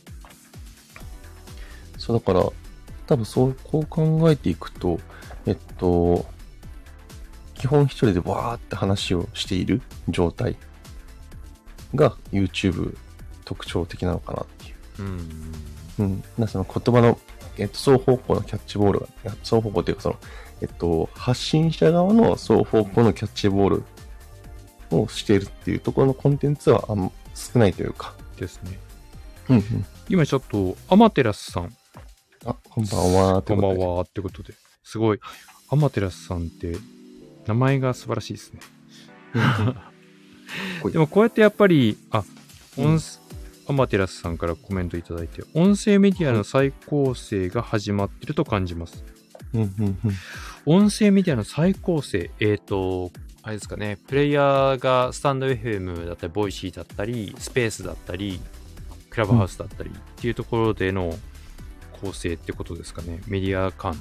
そうだから、多分そう、こう考えていくと、えっと、基本一人でわーって話をしている状態が YouTube 特徴的なのかなっていう。うん。うん。なその言葉の、えっと、双方向のキャッチボールが、双方向というかその、えっと、発信者側の双方向のキャッチボールをしているっていうところのコンテンツはあん少ないというか。 ですね。 うんうん。 今ちょっと、アマテラスさん。 あ、こんばんは。 こんばんはってことで。すごい。アマテラスさんって、名前が素晴らしいですね。でもこうやってやっぱり、あ、音、うん、アマテラスさんからコメントいただいて、音声メディアの再構成が始まってると感じます。 うんうんうん、 音声メディアの再構成、えっと、あれですかね、プレイヤーがスタンド エフエム だったり、ボイシーだったり、スペースだったり、クラブハウスだったりっていうところでの構成ってことですかね、メディア間の。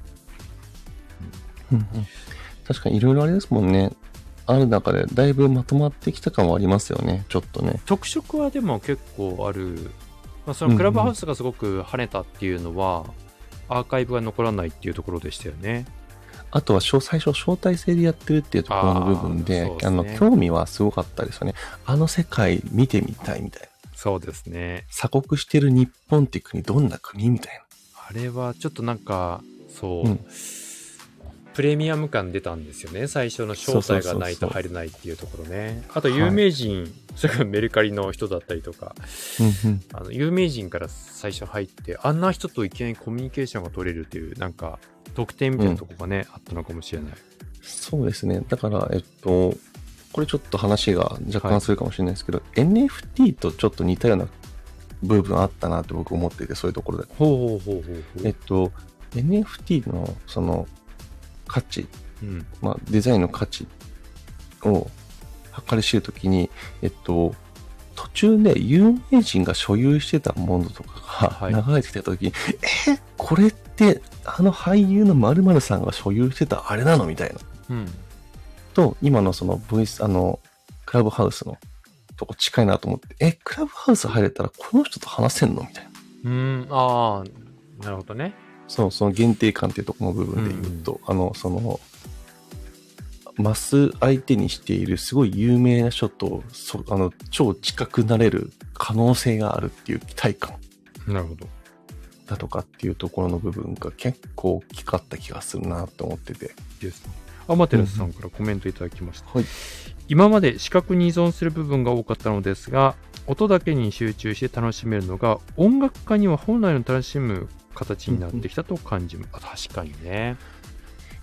うんうんうん、確かにいろいろあれですもんね。ある中でだいぶまとまってきた感はありますよね、ちょっとね。 特色はでも結構ある。まあ、そのクラブハウスがすごく跳ねたっていうのは、うんうん、アーカイブが残らないっていうところでしたよね。 あとは最初招待制でやってるっていうところの部分で、あ、そうですね、あの興味はすごかったですよね。あの世界見てみたいみたいな。 そうですね。 鎖国してる日本って国どんな国みたいな。 あれはちょっとなんかそう、うん、プレミアム感出たんですよね。最初の招待がないと入れないっていうところね。あと有名人、はい、それからメルカリの人だったりとか、うんうん、あの有名人から最初入ってあんな人といきなりコミュニケーションが取れるっていうなんか特典みたいなとこがね、うん、あったのかもしれない。 そうですね。だからえっとこれちょっと話が若干するかもしれないですけど、はい、エヌエフティー とちょっと似たような部分あったなって僕思っていて、そういうところで。 ほうほうほうほうほう。 えっと エヌエフティー のその価値、うん、まあデザインの価値を計り知るときに、えっと途中で有名人が所有してたものとかが流れてきたときに、はい、えこれってあの俳優の〇〇さんが所有してたあれなのみたいな。うん、と今のそのボイスあのクラブハウスのとこ近いなと思って、えクラブハウス入れたらこの人と話せんのみたいな。 うん、ああ、なるほどね。 そう、その限定感っていうところの部分で言うと、うん、あのそのマス相手にしているすごい有名な人とそあの超近くなれる可能性があるっていう期待感。 なるほど。 だとかっていうところの部分が結構大きかった気がするなって思ってて。 ですね。アマテラスさんからコメントいただきました。 うん、はい。 今まで視覚に依存する部分が多かったのですが、音だけに集中して楽しめるのが音楽家には本来の楽しむ形になってきたと感じます。うん、確かにね。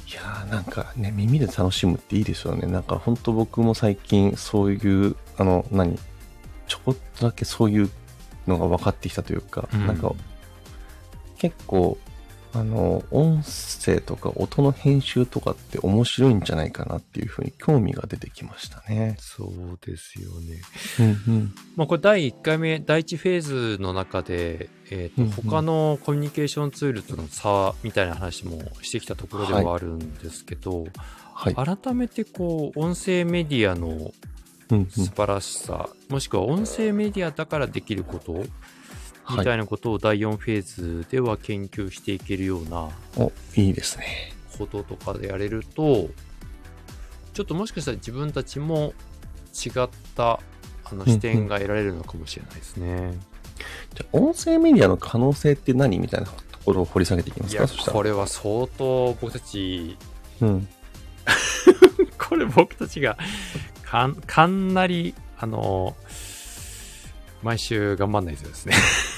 いやーなんかね、耳で楽しむっていいですよね。なんか本当僕も最近そういう、あの、何、ちょこっとだけそういうのが分かってきたというか、うん、なんか結構、あの、音声とか音の編集とかって面白いんじゃないかなっていうふうに興味が出てきましたね。 そうですよね。 うんうん。 まあこれだいいっかいめ、だいいちフェーズの中で、えっと、他のコミュニケーションツールとの差みたいな話もしてきたところではあるんですけど、はいはい、改めてこう、音声メディアの素晴らしさ、うんうん、もしくは音声メディアだからできること、みたいなことをだいよんフェーズでは研究していけるような、 お、いいですね。 こととかでやれると、ちょっともしかしたら自分たちも違ったあの視点が得られるのかもしれないですね。うんうん、 じゃあ音声メディアの可能性って何みたいなところを掘り下げていきますか。 いや、これは相当僕たち、 うん、 これ僕たちがかん、かなりあの毎週頑張んないとですね。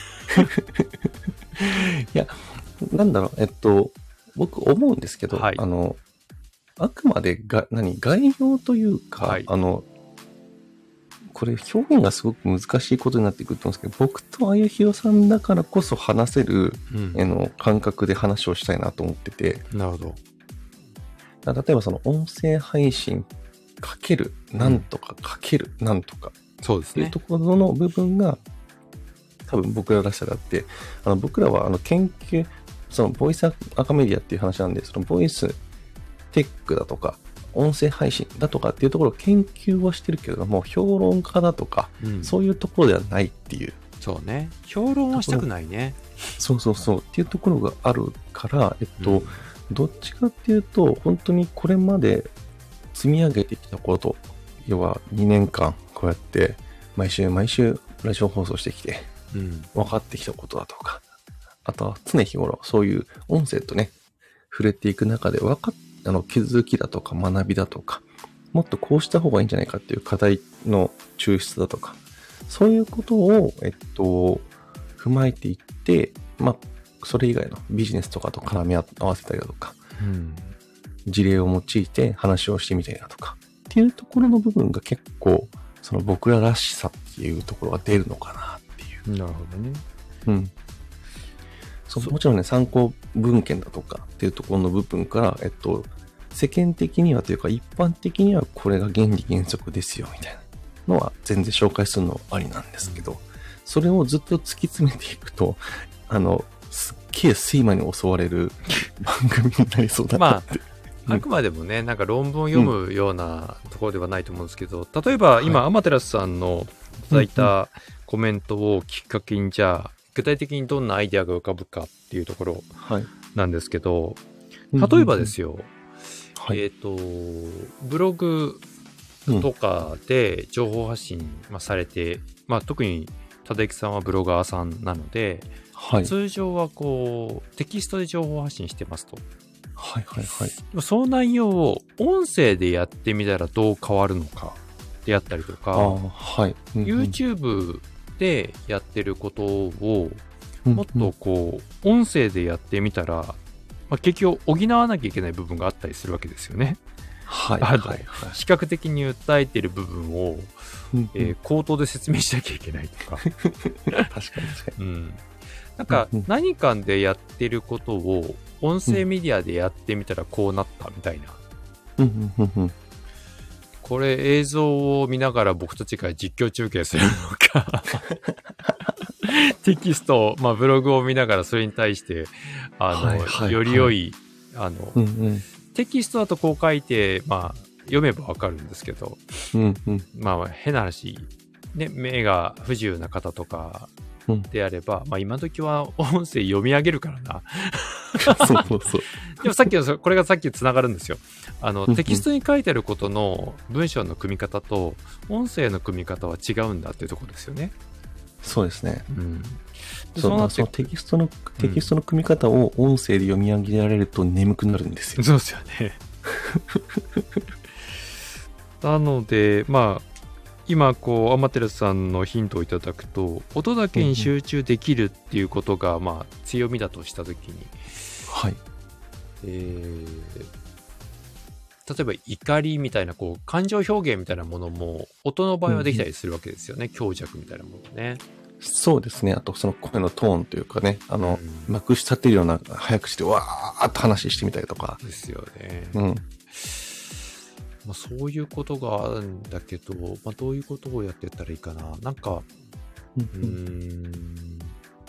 いや、なんだろう、えっと、僕思うんですけど、はい、あの、あくまでが、何、概要というか、はい、あの、これ表現がすごく難しいことになってくると思うんですけど、僕とあゆひろさんだからこそ話せる、うん、あの感覚で話をしたいなと思ってて。 なるほど。 例えばその音声配信かけるなんとかかけるなんとか、 うん、そうですね。 っていうところの部分が多分僕ららしさであって、あの僕らはあの研究、そのボイスアカメディアっていう話なんで、そのボイステックだとか、音声配信だとかっていうところを研究はしてるけれども、評論家だとか、うん、そういうところではないっていう。 そうね。評論はしたくないね。 そうそうそう。っていうところがあるから、えっと、うん、どっちかっていうと、本当にこれまで積み上げてきたこと、要はにねんかんこうやって毎週毎週ラジオ放送してきて、うん、分かってきたことだとか、あとは常日頃そういう音声とね、触れていく中で分かっあの気づきだとか学びだとか、もっとこうした方がいいんじゃないかっていう課題の抽出だとか、そういうことを、えっと、踏まえていって、まあ、それ以外のビジネスとかと絡み合わせたりだとか、うん、事例を用いて話をしてみたりだとか、っていうところの部分が結構、その僕ららしさっていうところが出るのかなっていう。 なるほどね。 うん。そうもちろんね、参考文献だとかっていうところの部分から、えっと、世間的にはというか一般的にはこれが原理原則ですよみたいなのは全然紹介するのはありなんですけど、それをずっと突き詰めていくと、あの、すっげえ睡魔に襲われる番組になりそうだなって。 まあ、あくまでもね、なんか論文を読むようなところではないと思うんですけど、例えば今、アマテラスさんのいただいたコメントをきっかけに、じゃあ、具体的にどんなアイデアが浮かぶかっていうところなんですけど、はい、例えばですよ、はい、えっと、ブログとかで情報発信されて、うん、まあ特に忠之さんはブロガーさんなので、はい、通常はこうテキストで情報発信してますと。 はいはいはい。 その内容を音声でやってみたらどう変わるのかであったりとか、 はいうんうん、 YouTube でやってることをもっとこう音声でやってみたら、まあ、結局補わなきゃいけない部分があったりするわけですよね。 はいはいはい、 視覚的に訴えてる部分を、うんうんえー、口頭で説明しなきゃいけないとか確かに確かに、 うん、なんか何かでやってることを音声メディアでやってみたらこうなったみたいな、 うんうんうん、 これ映像を見ながら僕たちが実況中継するのかテキスト、まあ、ブログを見ながらそれに対してあの、はいはいはい、より良いあの、うんうん、テキストだとこう書いて、まあ、読めばわかるんですけど、 うんうん、 まあ変な話、ね、目が不自由な方とかであれば、うん、まあ今時は音声読み上げるからなそうそうそうでもさっきのこれがさっきつながるんですよ。あのテキストに書いてあることの文章の組み方と音声の組み方は違うんだっていうところですよね。 そうですね。 うん、 でそうそのテキストのテキストの組み方を音声で読み上げられると眠くなるんですよ。 そうですよね。なのでまあ今こうアマテラスさんのヒントをいただくと、音だけに集中できるっていうことがまあ強みだとしたときに、 はい。 えー、 例えば怒りみたいなこう感情表現みたいなものも音の場合はできたりするわけですよね、うん、強弱みたいなものね。 そうですね。あとその声のトーンというかね、あの、うん、まくし立てるような早口でわーっと話してみたりとか。 ですよね。 うん。 まあ、そういうことがあるんだけど、まあ、どういうことをやってったらいいかな。なんか、うーん。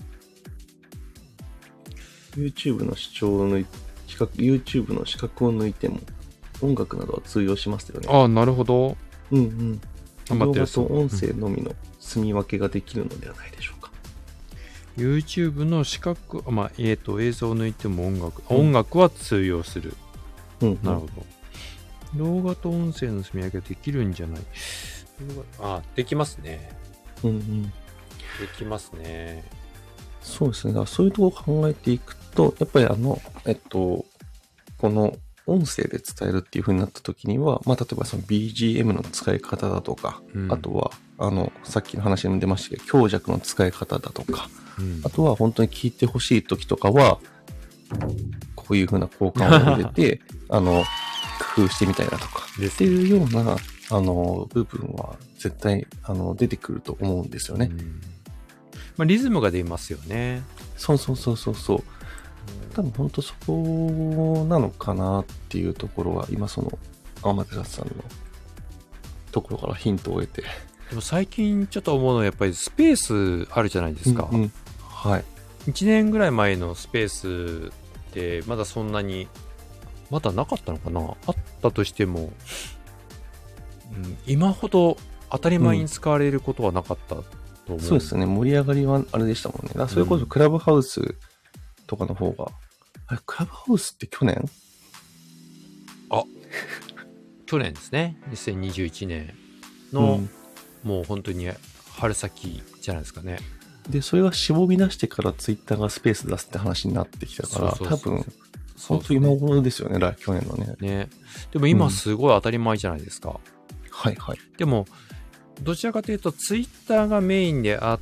YouTube の視聴の視覚、YouTube の視覚を抜いても音楽などは通用しますよね。 ああ、なるほど。 うんうん。動画と音声のみの住み分けができるのではないでしょうか。 うん、YouTube の視覚、まあ、えっと、映像を抜いても音楽、うん、音楽は通用する。 うん、うん。 なるほど。動画と音声の住み分けができるんじゃない。あ、できますね。 うんうん。できますね。 そうですね。だからそういうところを考えていくと、やっぱりあの、えっと、この音声で伝えるっていう風になった時には、まあ、例えばその ビージーエム の使い方だとか、うん、あとは、あの、さっきの話にも出ましたけど、強弱の使い方だとか、うん、あとは本当に聞いてほしい時とかは、こういう風な交換を入れて、あの、工夫してみたいなとか、っていうような、あの、部分は絶対、あの、出てくると思うんですよね。うんまあ、リズムが出ますよね。 そうそうそうそうそう。多分本当そこなのかなっていうところは、今その、天手さんのところからヒントを得て。 でも最近ちょっと思うのはやっぱりスペースあるじゃないですか。 うんうん、はい。 いちねんぐらい前のスペースってまだそんなに、まだなかったのかな？あったとしても、うん、今ほど当たり前に使われることはなかったと思う。うん、 そうですね。盛り上がりはあれでしたもんね。だからそれこそクラブハウスとかの方が、うん、あれ、クラブハウスって去年？ あ、去年ですね。にせんにじゅういちねんの、うん、もう本当に春先じゃないですかね。 で、それが絞り出してからツイッターがスペース出すって話になってきたから、そうそうそう多分、本当今頃ですよね、ね去年のね。 ね。でも今すごい当たり前じゃないですか。うん、 はいはい。 でも、どちらかというとツイッターがメインであって、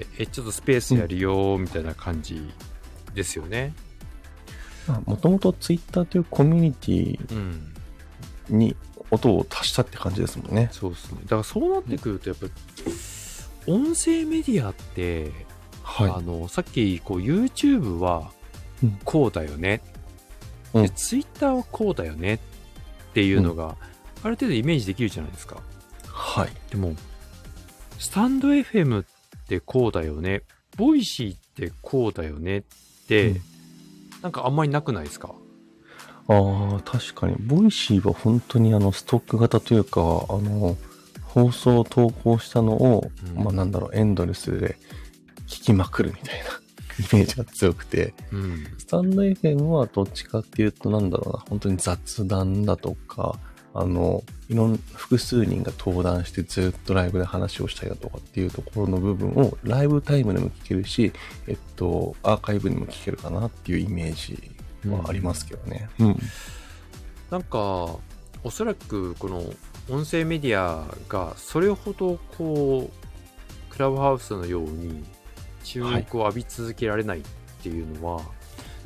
え、ちょっとスペースやるよみたいな感じですよね。 もともとツイッターというコミュニティに音を足したって感じですもんね。 うん、そうですね。だからそうなってくるとやっぱり、音声メディアって、はい、あのさっきこう YouTube はこうだよね、うん、で Twitter はこうだよねっていうのが、うん、ある程度イメージできるじゃないですか。 はい。 でもスタンド エフエム ってこうだよね、ボイシーってこうだよねって、うん、なんかあんまりなくないですか？ ああ、確かにボイシーは本当にあのストック型というか、あの放送を投稿したのを、うん、まあなんだろう、エンドレスで聞きまくるみたいなイメージが強くて、うん、スタンド エフエム はどっちかっていうとなんだろうな、本当に雑談だとか、あの、いろんな複数人が登壇してずっとライブで話をしたりだとかっていうところの部分をライブタイムでも聞けるし、えっと、アーカイブにも聞けるかなっていうイメージはありますけどね。うん。うん、 なんか、おそらくこの音声メディアがそれほどこうクラブハウスのように注目を浴び続けられないっていうのは、はい、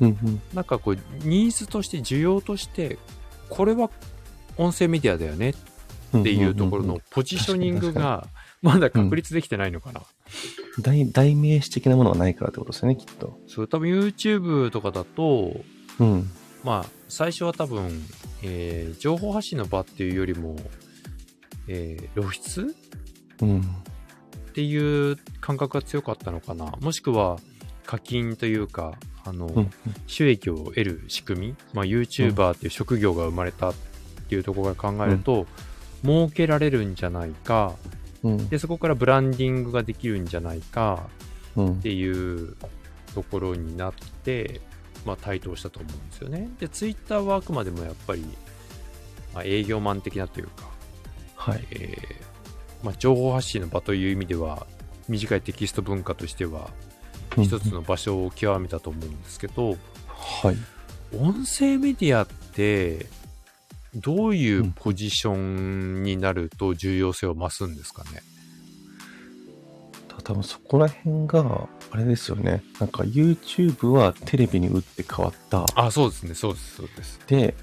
なんかこうニーズとして需要としてこれは音声メディアだよねっていうところのポジショニングがまだ確立できてないのかな、 うん、代, 代名詞的なものがないからってことですよね、きっと。 そう多分 YouTube とかだと、 うん、 まあ最初は多分、えー、情報発信の場っていうよりもえー、露出、 うん、 っていう感覚が強かったのかな。もしくは課金というかあの、うん、収益を得る仕組み、まあ、YouTuber っていう職業が生まれたっていうところから考えると、うん、儲けられるんじゃないか、うん、でそこからブランディングができるんじゃないかっていうところになって、まあ、台頭したと思うんですよね。で Twitter はあくまでもやっぱり、まあ、営業マン的なというか、 はいえーまあ、情報発信の場という意味では短いテキスト文化としては一つの場所を極めたと思うんですけど、 はい、 音声メディアってどういうポジションになると重要性を増すんですかね。 多分そこら辺があれですよね。なんか YouTube はテレビに打って変わった。 あ、そうですね、そうですそうです。 で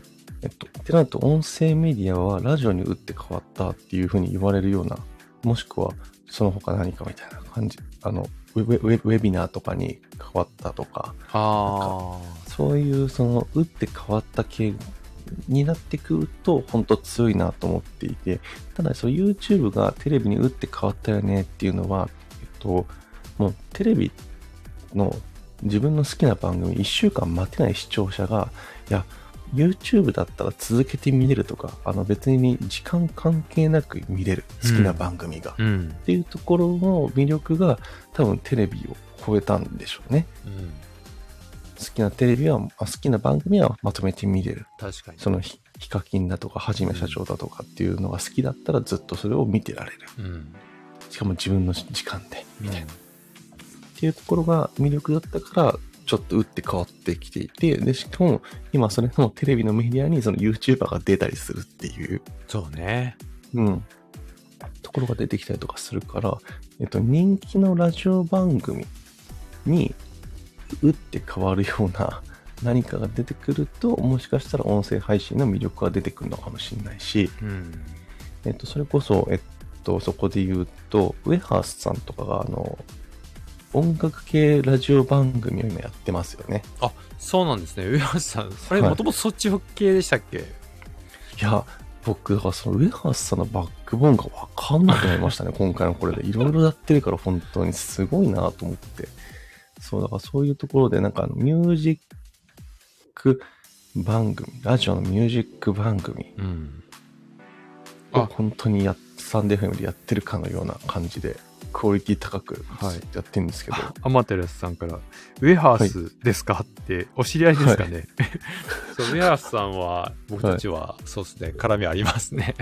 えっと、ってなると音声メディアはラジオに打って変わったっていうふうに言われるような、もしくはその他何かみたいな感じ、あの、ウェブ、ウェブウェビナーとかに変わったとか、 ああ、そういうその打って変わった系になってくると本当強いなと思っていて、ただその YouTube がテレビに打って変わったよねっていうのは、えっと、もうテレビの自分の好きな番組いっしゅうかん待てない視聴者が、いや、YouTube だったら続けて見れるとか、あの別に時間関係なく見れる好きな番組が、うん、っていうところの魅力が多分テレビを超えたんでしょうね。うん、好きなテレビは、好きな番組はまとめて見れる。 確かに。 そのヒカキンだとか、はじめ社長だとかっていうのが好きだったらずっとそれを見てられる。うん、しかも自分の時間で、みたいな、うん。っていうところが魅力だったから、ちょっと打って変わってきていて、で、しかも今それのテレビのメディアにその YouTuber が出たりするっていう。 そうね。 うん。ところが出てきたりとかするから、えっと、人気のラジオ番組に打って変わるような何かが出てくると、もしかしたら音声配信の魅力が出てくるのかもしれないし、うん、えっと、それこそ、えっと、そこで言うと、ウェハースさんとかが、あの、音楽系ラジオ番組を今やってますよね。 あ、そうなんですね。ウェハースさん、あれ、もともとそっち系でしたっけ？いや、僕、だからそのウェハースさんのバックボーンがわかんなくなりましたね。今回のこれで。いろいろやってるから本当にすごいなと思って。そう、だからそういうところで、なんかあの、ミュージック番組、ラジオのミュージック番組を本当にや、スタンド エフエム でやってるかのような感じで、クオリティ高くやってるんですけど。 アマテラスさんから、ウェハースですか、はい、ってお知り合いですかね。はい、そう、ウェハースさんは、僕たちは、そうですね、はい、絡みありますね。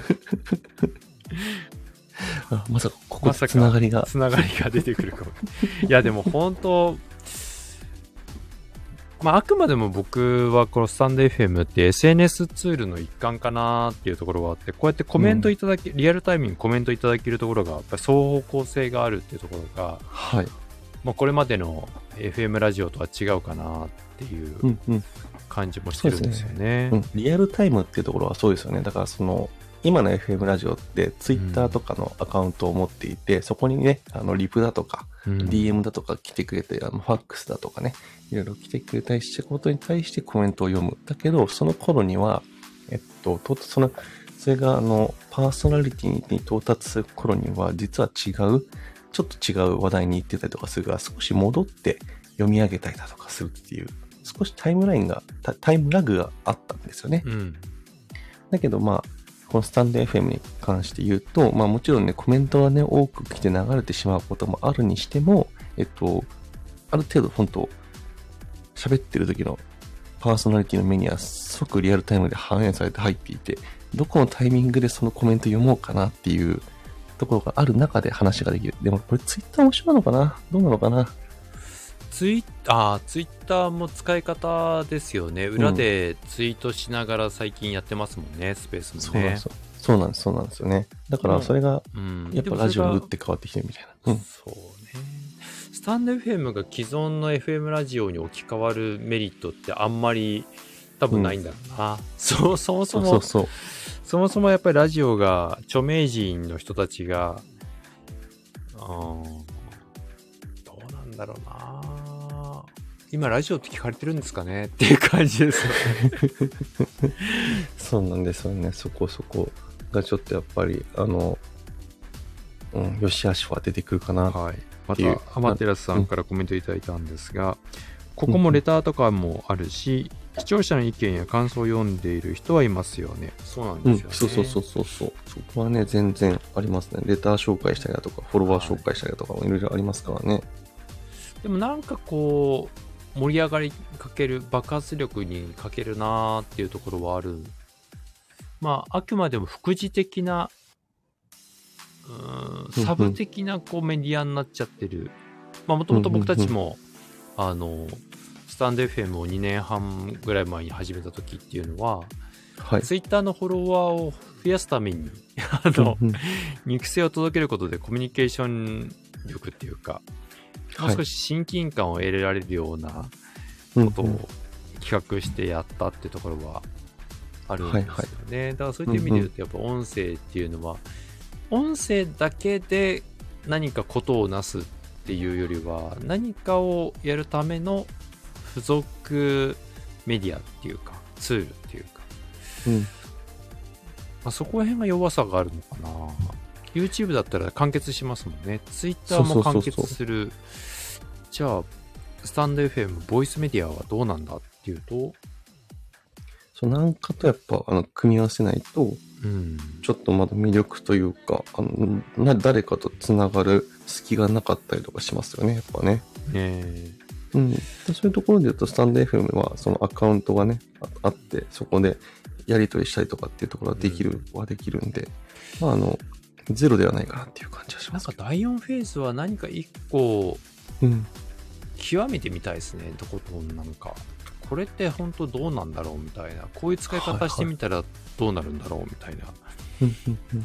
あ、まさか、ここでつながりが。 つながりが出てくるかも。いや、でも本当、まあ、あくまでも僕はこのスタンド エフエム って エスエヌエス ツールの一環かなっていうところがあって、こうやってコメントいただけ、うん、リアルタイムにコメントいただけるところが、やっぱり双方向性があるっていうところが、 はい。 まあ、これまでの エフエム ラジオとは違うかなっていう感じもしてるんですよね。 うんうん、リアルタイムっていうところはそうですよね。だからその、今の エフエム ラジオってツイッターとかのアカウントを持っていて、うん、そこにね、あのリプだとか、うん、ディーエム だとか来てくれて、あのファックスだとかね、いろいろ来てくれたりしたことに対してコメントを読む。だけど、その頃には、えっと、とその、それがあの、パーソナリティに到達する頃には、実は違う、ちょっと違う話題に行ってたりとかするから、少し戻って読み上げたりだとかするっていう、少しタイムラインが、タイムラグがあったんですよね。うん、だけど、まあ、このスタンド エフエム に関して言うと、まあもちろんね、コメントはね、多く来て流れてしまうこともあるにしても、えっと、ある程度本当、喋ってる時のパーソナリティの目には即リアルタイムで反映されて入っていて、どこのタイミングでそのコメント読もうかなっていうところがある中で話ができる。でもこれツイッター面白いのかな？どうなのかな？ ツイッター、ツイッターも使い方ですよね。裏でツイートしながら最近やってますもんね、スペースもね。 そうなんです、そうなんですよね。だからそれが、うん、やっぱラジオに打って変わってきてるみたいな。うん、 そうね。スタンド エフエム が既存の エフエム ラジオに置き換わるメリットってあんまり多分ないんだろうな。うん、そ, そもそもそうそうそう、そもそもやっぱりラジオが著名人の人たちが、うん、どうなんだろうな。今ラジオって聞かれてるんですかねっていう感じですよね。 そうなんですよね。そこそこがちょっとやっぱりあの、うん、よしあしは出てくるかな。 はい。またアマテラスさんからコメントいただいたんですが、うん、ここもレターとかもあるし、うん、視聴者の意見や感想を読んでいる人はいますよね。そうなんですよね。うん、 そうそうそうそうそう。そこはね全然ありますね。レター紹介したりだとかフォロワー紹介したりだとかもいろいろありますからね。 でもなんかこう盛り上がりかける、爆発力にかけるなーっていうところはある。まああくまでも副次的な、うーん、サブ的なこうメディアになっちゃってる。まあもともと僕たちも、あのスタンド エフエム をにねんはんぐらい前に始めた時っていうのは、はい、ツイッターのフォロワーを増やすためにあの肉声を届けることでコミュニケーション力っていうか、もう少し親近感を得られるようなことを企画してやったっていうところはあるんですよね。はいはい、だからそういった意味で言うと、やっぱ音声っていうのは、うんうん、音声だけで何かことをなすっていうよりは、何かをやるための付属メディアっていうか、ツールっていうか、 うんまあ、そこら辺が弱さがあるのかな。YouTube だったら完結しますもんね。Twitter も完結する。そうそうそうそう、じゃあ、スタンド エフエム、ボイスメディアはどうなんだっていうと、 そうなんかとやっぱあの組み合わせないと、 うん、ちょっとまだ魅力というか、あのな誰かとつながる隙がなかったりとかしますよね、やっぱね。 ねうん、そういうところで言うと、スタンド エフエム はそのアカウントがね、あって、そこでやり取りしたりとかっていうところはできる、うん、はできるんで、まああの、ゼロではないかなっていう感じがします。 なんかだいよんフェーズは何か一個、うん、極めてみたいですね、とことんなんか。これって本当どうなんだろうみたいな、こういう使い方してみたらどうなるんだろうみたいな、はいはい、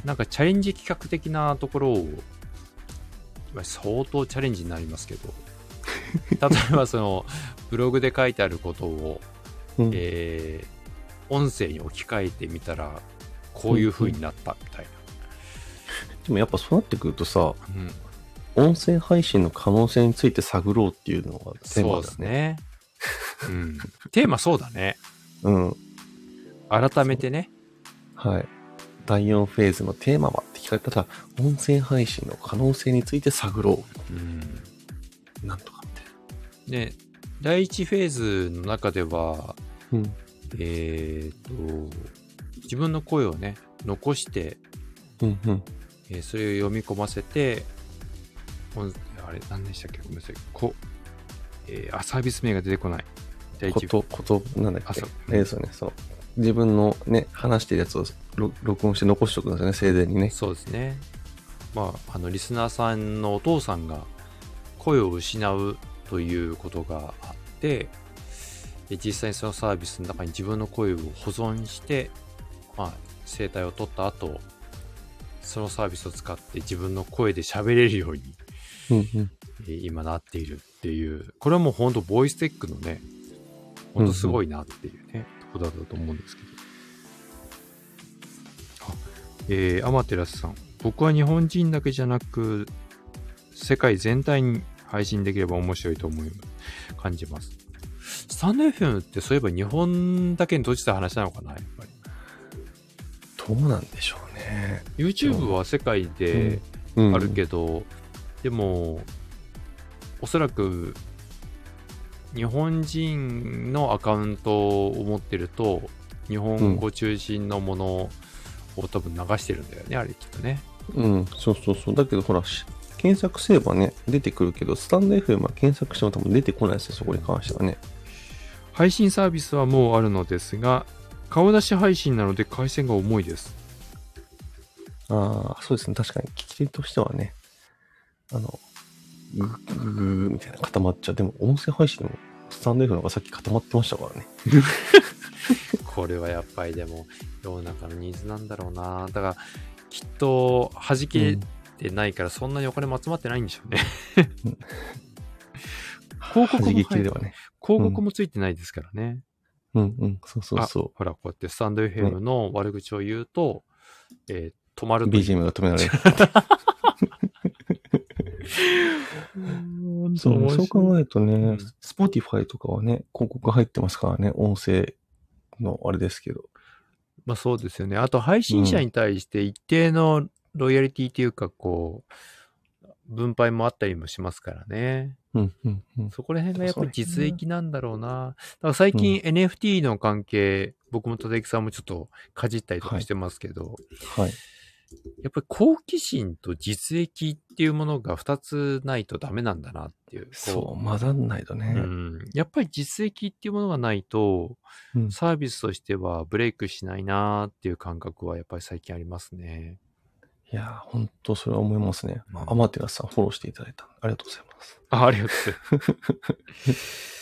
なんかチャレンジ企画的なところを、相当チャレンジになりますけど、例えばそのブログで書いてあることを、うんえー、音声に置き換えてみたらこういう風になったみたいな、 うんうん、でもやっぱそうなってくるとさ、うん、音声配信の可能性について探ろうっていうのがテーマだね。 そうですね、うん、テーマそうだね。 うん改めてね、 はい、だいよんフェーズのテーマはって聞かれたら、音声配信の可能性について探ろう、うん、なんとかで、だいいちフェーズの中では、 うん、 えっと、自分の声をね、残して、 うんうんえー、それを読み込ませて、あれ、何でしたっけ、ごめんなさい。こ、えー、あ、サービス名が出てこない。 だいいちこと、こと、なんだっけ、えー、そうね、そう。自分のね、話してるやつを録音して残しておくんですよね、静電にね。 そうですね。まあ、あの、リスナーさんのお父さんが声を失うということがあって、実際にそのサービスの中に自分の声を保存して、まあ、声帯を取った後、そのサービスを使って自分の声で喋れるように、 うんうん今なっているっていう、これはもう本当ボイステックのね、本当すごいなっていうね、うんうん、ところだったと思うんですけど。あ、えー、アマテラスさん、僕は日本人だけじゃなく、世界全体に配信できれば面白いと思い感じます。スタンド エフエム ってそういえば日本だけに閉じた話なのかな、やっぱり。 どうなんでしょうね。 YouTube は世界であるけど、うんうん、でも、おそらく日本人のアカウントを持ってると、日本語中心のものを多分流してるんだよね、あれきっとね。 うん、そうそうそう。だけどほら、検索すればね、出てくるけど、スタンド エフエム は検索しても多分出てこないですよ、そこに関してはね。 配信サービスはもうあるのですが、顔出し配信なので回線が重いです。 ああ、そうですね。確かに聞き手としてはね、あの、グーグーみたいな固まっちゃう。でも音声配信のスタンド エフエム がさっき固まってましたからね。 これはやっぱりでも世の中のニーズなんだろうな。だからきっと弾けてないからそんなにお金も集まってないんでしょうね。うん、広告も入って、ね、広告もついてないですからね。 うんうん、そうそうそう。 ほらこうやってスタンド エフエム の悪口を言うと、ねえー、止まるという。 ビージーエム が止められる。そうそう考えるとね、うん、Spotify とかはね、広告入ってますからね、音声のあれですけど。 まあそうですよね。あと配信者に対して一定のロイヤリティというか、こう、分配もあったりもしますからね。 うんうんうん、 そこら辺がやっぱり実益なんだろうな。だから最近 エヌエフティー の関係、うん、僕も立木さんもちょっとかじったりとかしてますけど、 はい。はい、 やっぱり好奇心と実益っていうものがふたつないとダメなんだなっていう。 そう、混ざんないとね。 うん。やっぱり実益っていうものがないと、うん、サービスとしてはブレイクしないなっていう感覚はやっぱり最近ありますね。 いやー、本当それは思いますね。まあ、アマテラスさんフォローしていただいた。ありがとうございます。 あ、ありがとうございます。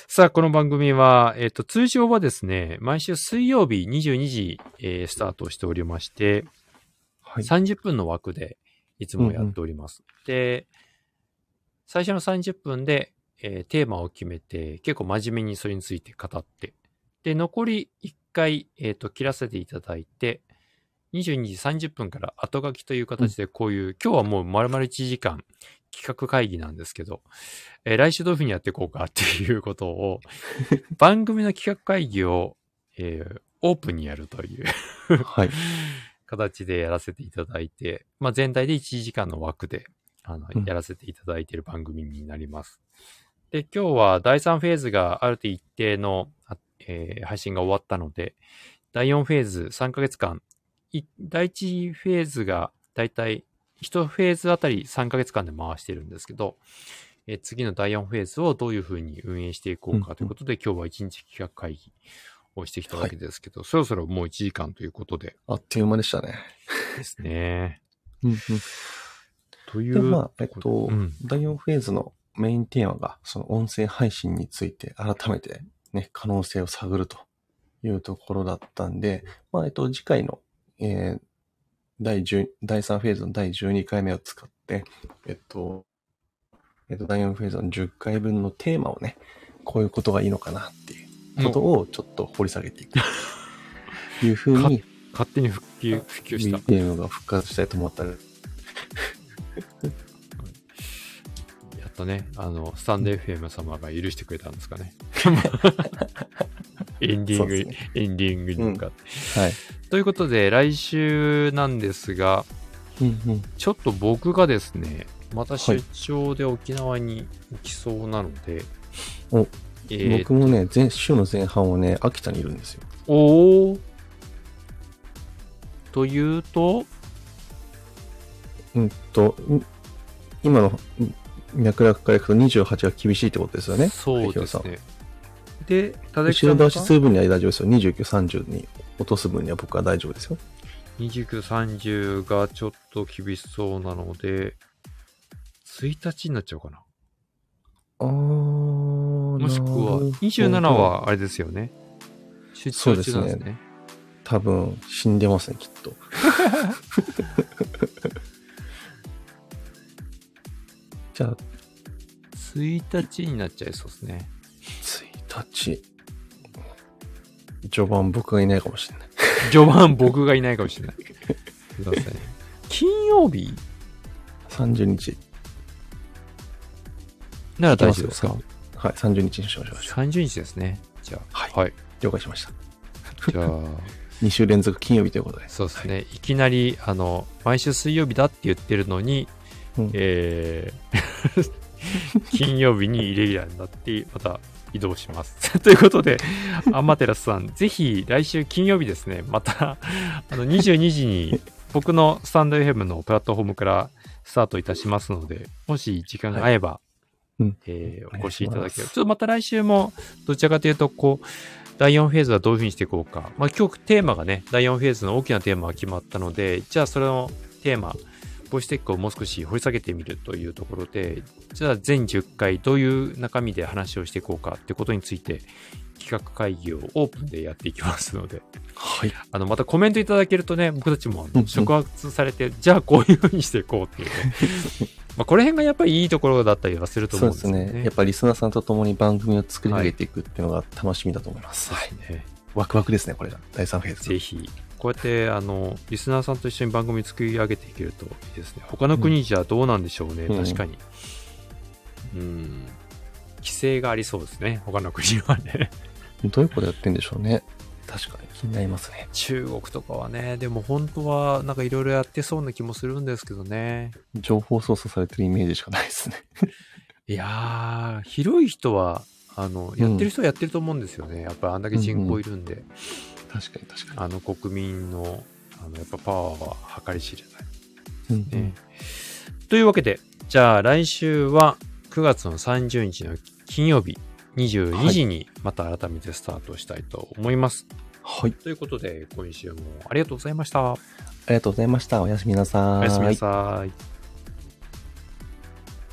さあ、この番組は、えっと、通常はですね、毎週水曜日にじゅうにじ、えー、スタートしておりまして、はい、さんじゅっぷんの枠でいつもやっております。うんうん、で、最初のさんじゅっぷんで、えー、テーマを決めて、結構真面目にそれについて語って、 で、残りいっかい、えっと、切らせていただいて、にじゅうにじさんじゅっぷんから後書きという形でこういう、うん、今日はもう丸々いちじかん企画会議なんですけど、えー、来週どういうふうにやっていこうかっていうことを、番組の企画会議を、えー、オープンにやるというはい、形でやらせていただいて、まあ、全体でいちじかんの枠であの、うん、やらせていただいている番組になります。で、今日はだいさんフェーズがある程度一定の、えー、配信が終わったので、だいよんフェーズさんかげつかん、だいいちフェーズがだいたいいちフェーズあたりさんかげつかんで回してるんですけど、えー、次のだいよんフェーズをどういうふうに運営していこうかということで、うんうん、今日はいちにち企画会議をしてきたわけですけど、はい、そろそろもういちじかんということで。 あっという間でしたね。 ですね。 うんうん、という。で、まあ、えっと、うん、だいよんフェーズのメインテーマが、その音声配信について改めてね、可能性を探るというところだったんで、まあ、えっと、次回の、えー、だいじゅう、だいさんフェーズのだいじゅうにかいめを使って、えっと、えっと、だいよんフェーズのじゅっかいぶんのテーマをね、こういうことがいいのかなっていうことをちょっと掘り下げていくというふうに、 勝手に復旧、普及した。 ビーエム が復活したいと思ったら、 やっとね、あの、スタンド エフエム 様が許してくれたんですかね。エンディング、ね、エンディングに向かって、うん。はい。ということで、来週なんですが、うんうん、ちょっと僕がですね、また出張で沖縄に行きそうなので、 はい、お、えー、僕もね、前週の前半はね、秋田にいるんですよ。 おー。というと、 うんと、今の脈絡からいくとにじゅうはちが厳しいってことですよね。 そうですね。で、 ただきさんが後ろ倒しする分には大丈夫ですよ。にじゅうきゅう、さんじゅうに落とす分には僕は大丈夫ですよ。 にじゅうきゅう、さんじゅうがちょっと厳しそうなので、ついたちになっちゃうかな。 あー、 もしくは、にじゅうななはあれですよね。出張中なんですね。そうですね。 多分、死んでますね、きっと。じゃあ、 ついたちになっちゃいそうですね。 ついたち。序盤僕がいないかもしれない。 序盤僕がいないかもしれない。すいません。金曜日 ? さんじゅうにち。 なら大丈夫ですか？ はい、さんじゅうにちにしましょう。 さんじゅうにちですね。じゃあ。 はい。はい、了解しました。 じゃあ。 に週連続金曜日ということで。 そうですね。はい、いきなり、あの、毎週水曜日だって言ってるのに、うん、えー、金曜日にイレギュラーになって、また移動します。ということで、アンマテラスさん、ぜひ来週金曜日ですね、また、あの、にじゅうにじに僕のスタンド エフエム のプラットフォームからスタートいたしますので、もし時間が合えば、はい、えー、お越しいただければ。ちょっとまた来週も、どちらかというと、こう、だいよんフェーズはどういうふうにしていこうか。まあ、今日テーマがね、だいよんフェーズの大きなテーマが決まったので、じゃあそれのテーマ、ボイステックをもう少し掘り下げてみるというところで、じゃあ全じゅっかいどういう中身で話をしていこうかってことについて、企画会議をオープンでやっていきますので、 はい。 あの、またコメントいただけるとね、僕たちも触発されて、じゃあこういうふうにしていこうっていうね。まあこの辺がやっぱりいいところだったりはすると思うんですよね。 そうですね。やっぱりリスナーさんと共に番組を作り上げていくっていうのが楽しみだと思います。 はい。はいね、 ワクワクですね、これが。だいさんフェーズ。 ぜひ。こうやって、あの、リスナーさんと一緒に番組作り上げていけるといいですね。他の国じゃどうなんでしょうね。うん、確かに。うん。規制がありそうですね。他の国はね。 どういうことやってんでしょうね。確かに気になりますね。 中国とかはね、でも本当はなんかいろいろやってそうな気もするんですけどね。 情報操作されてるイメージしかないですね。 いやー、広い人は、あの、やってる人はやってると思うんですよね。うん、やっぱりあんだけ人口いるんで。うんうん、 確かに確かに。 あの国民の、あの、やっぱパワーは計り知れない、 うんうんね。というわけで、じゃあ来週はくがつのさんじゅうにちの金曜日にじゅうにじにまた改めてスタートしたいと思います。 はい。 ということで、今週もありがとうございました。ありがとうございました。おやすみなさい。 おやすみなさい。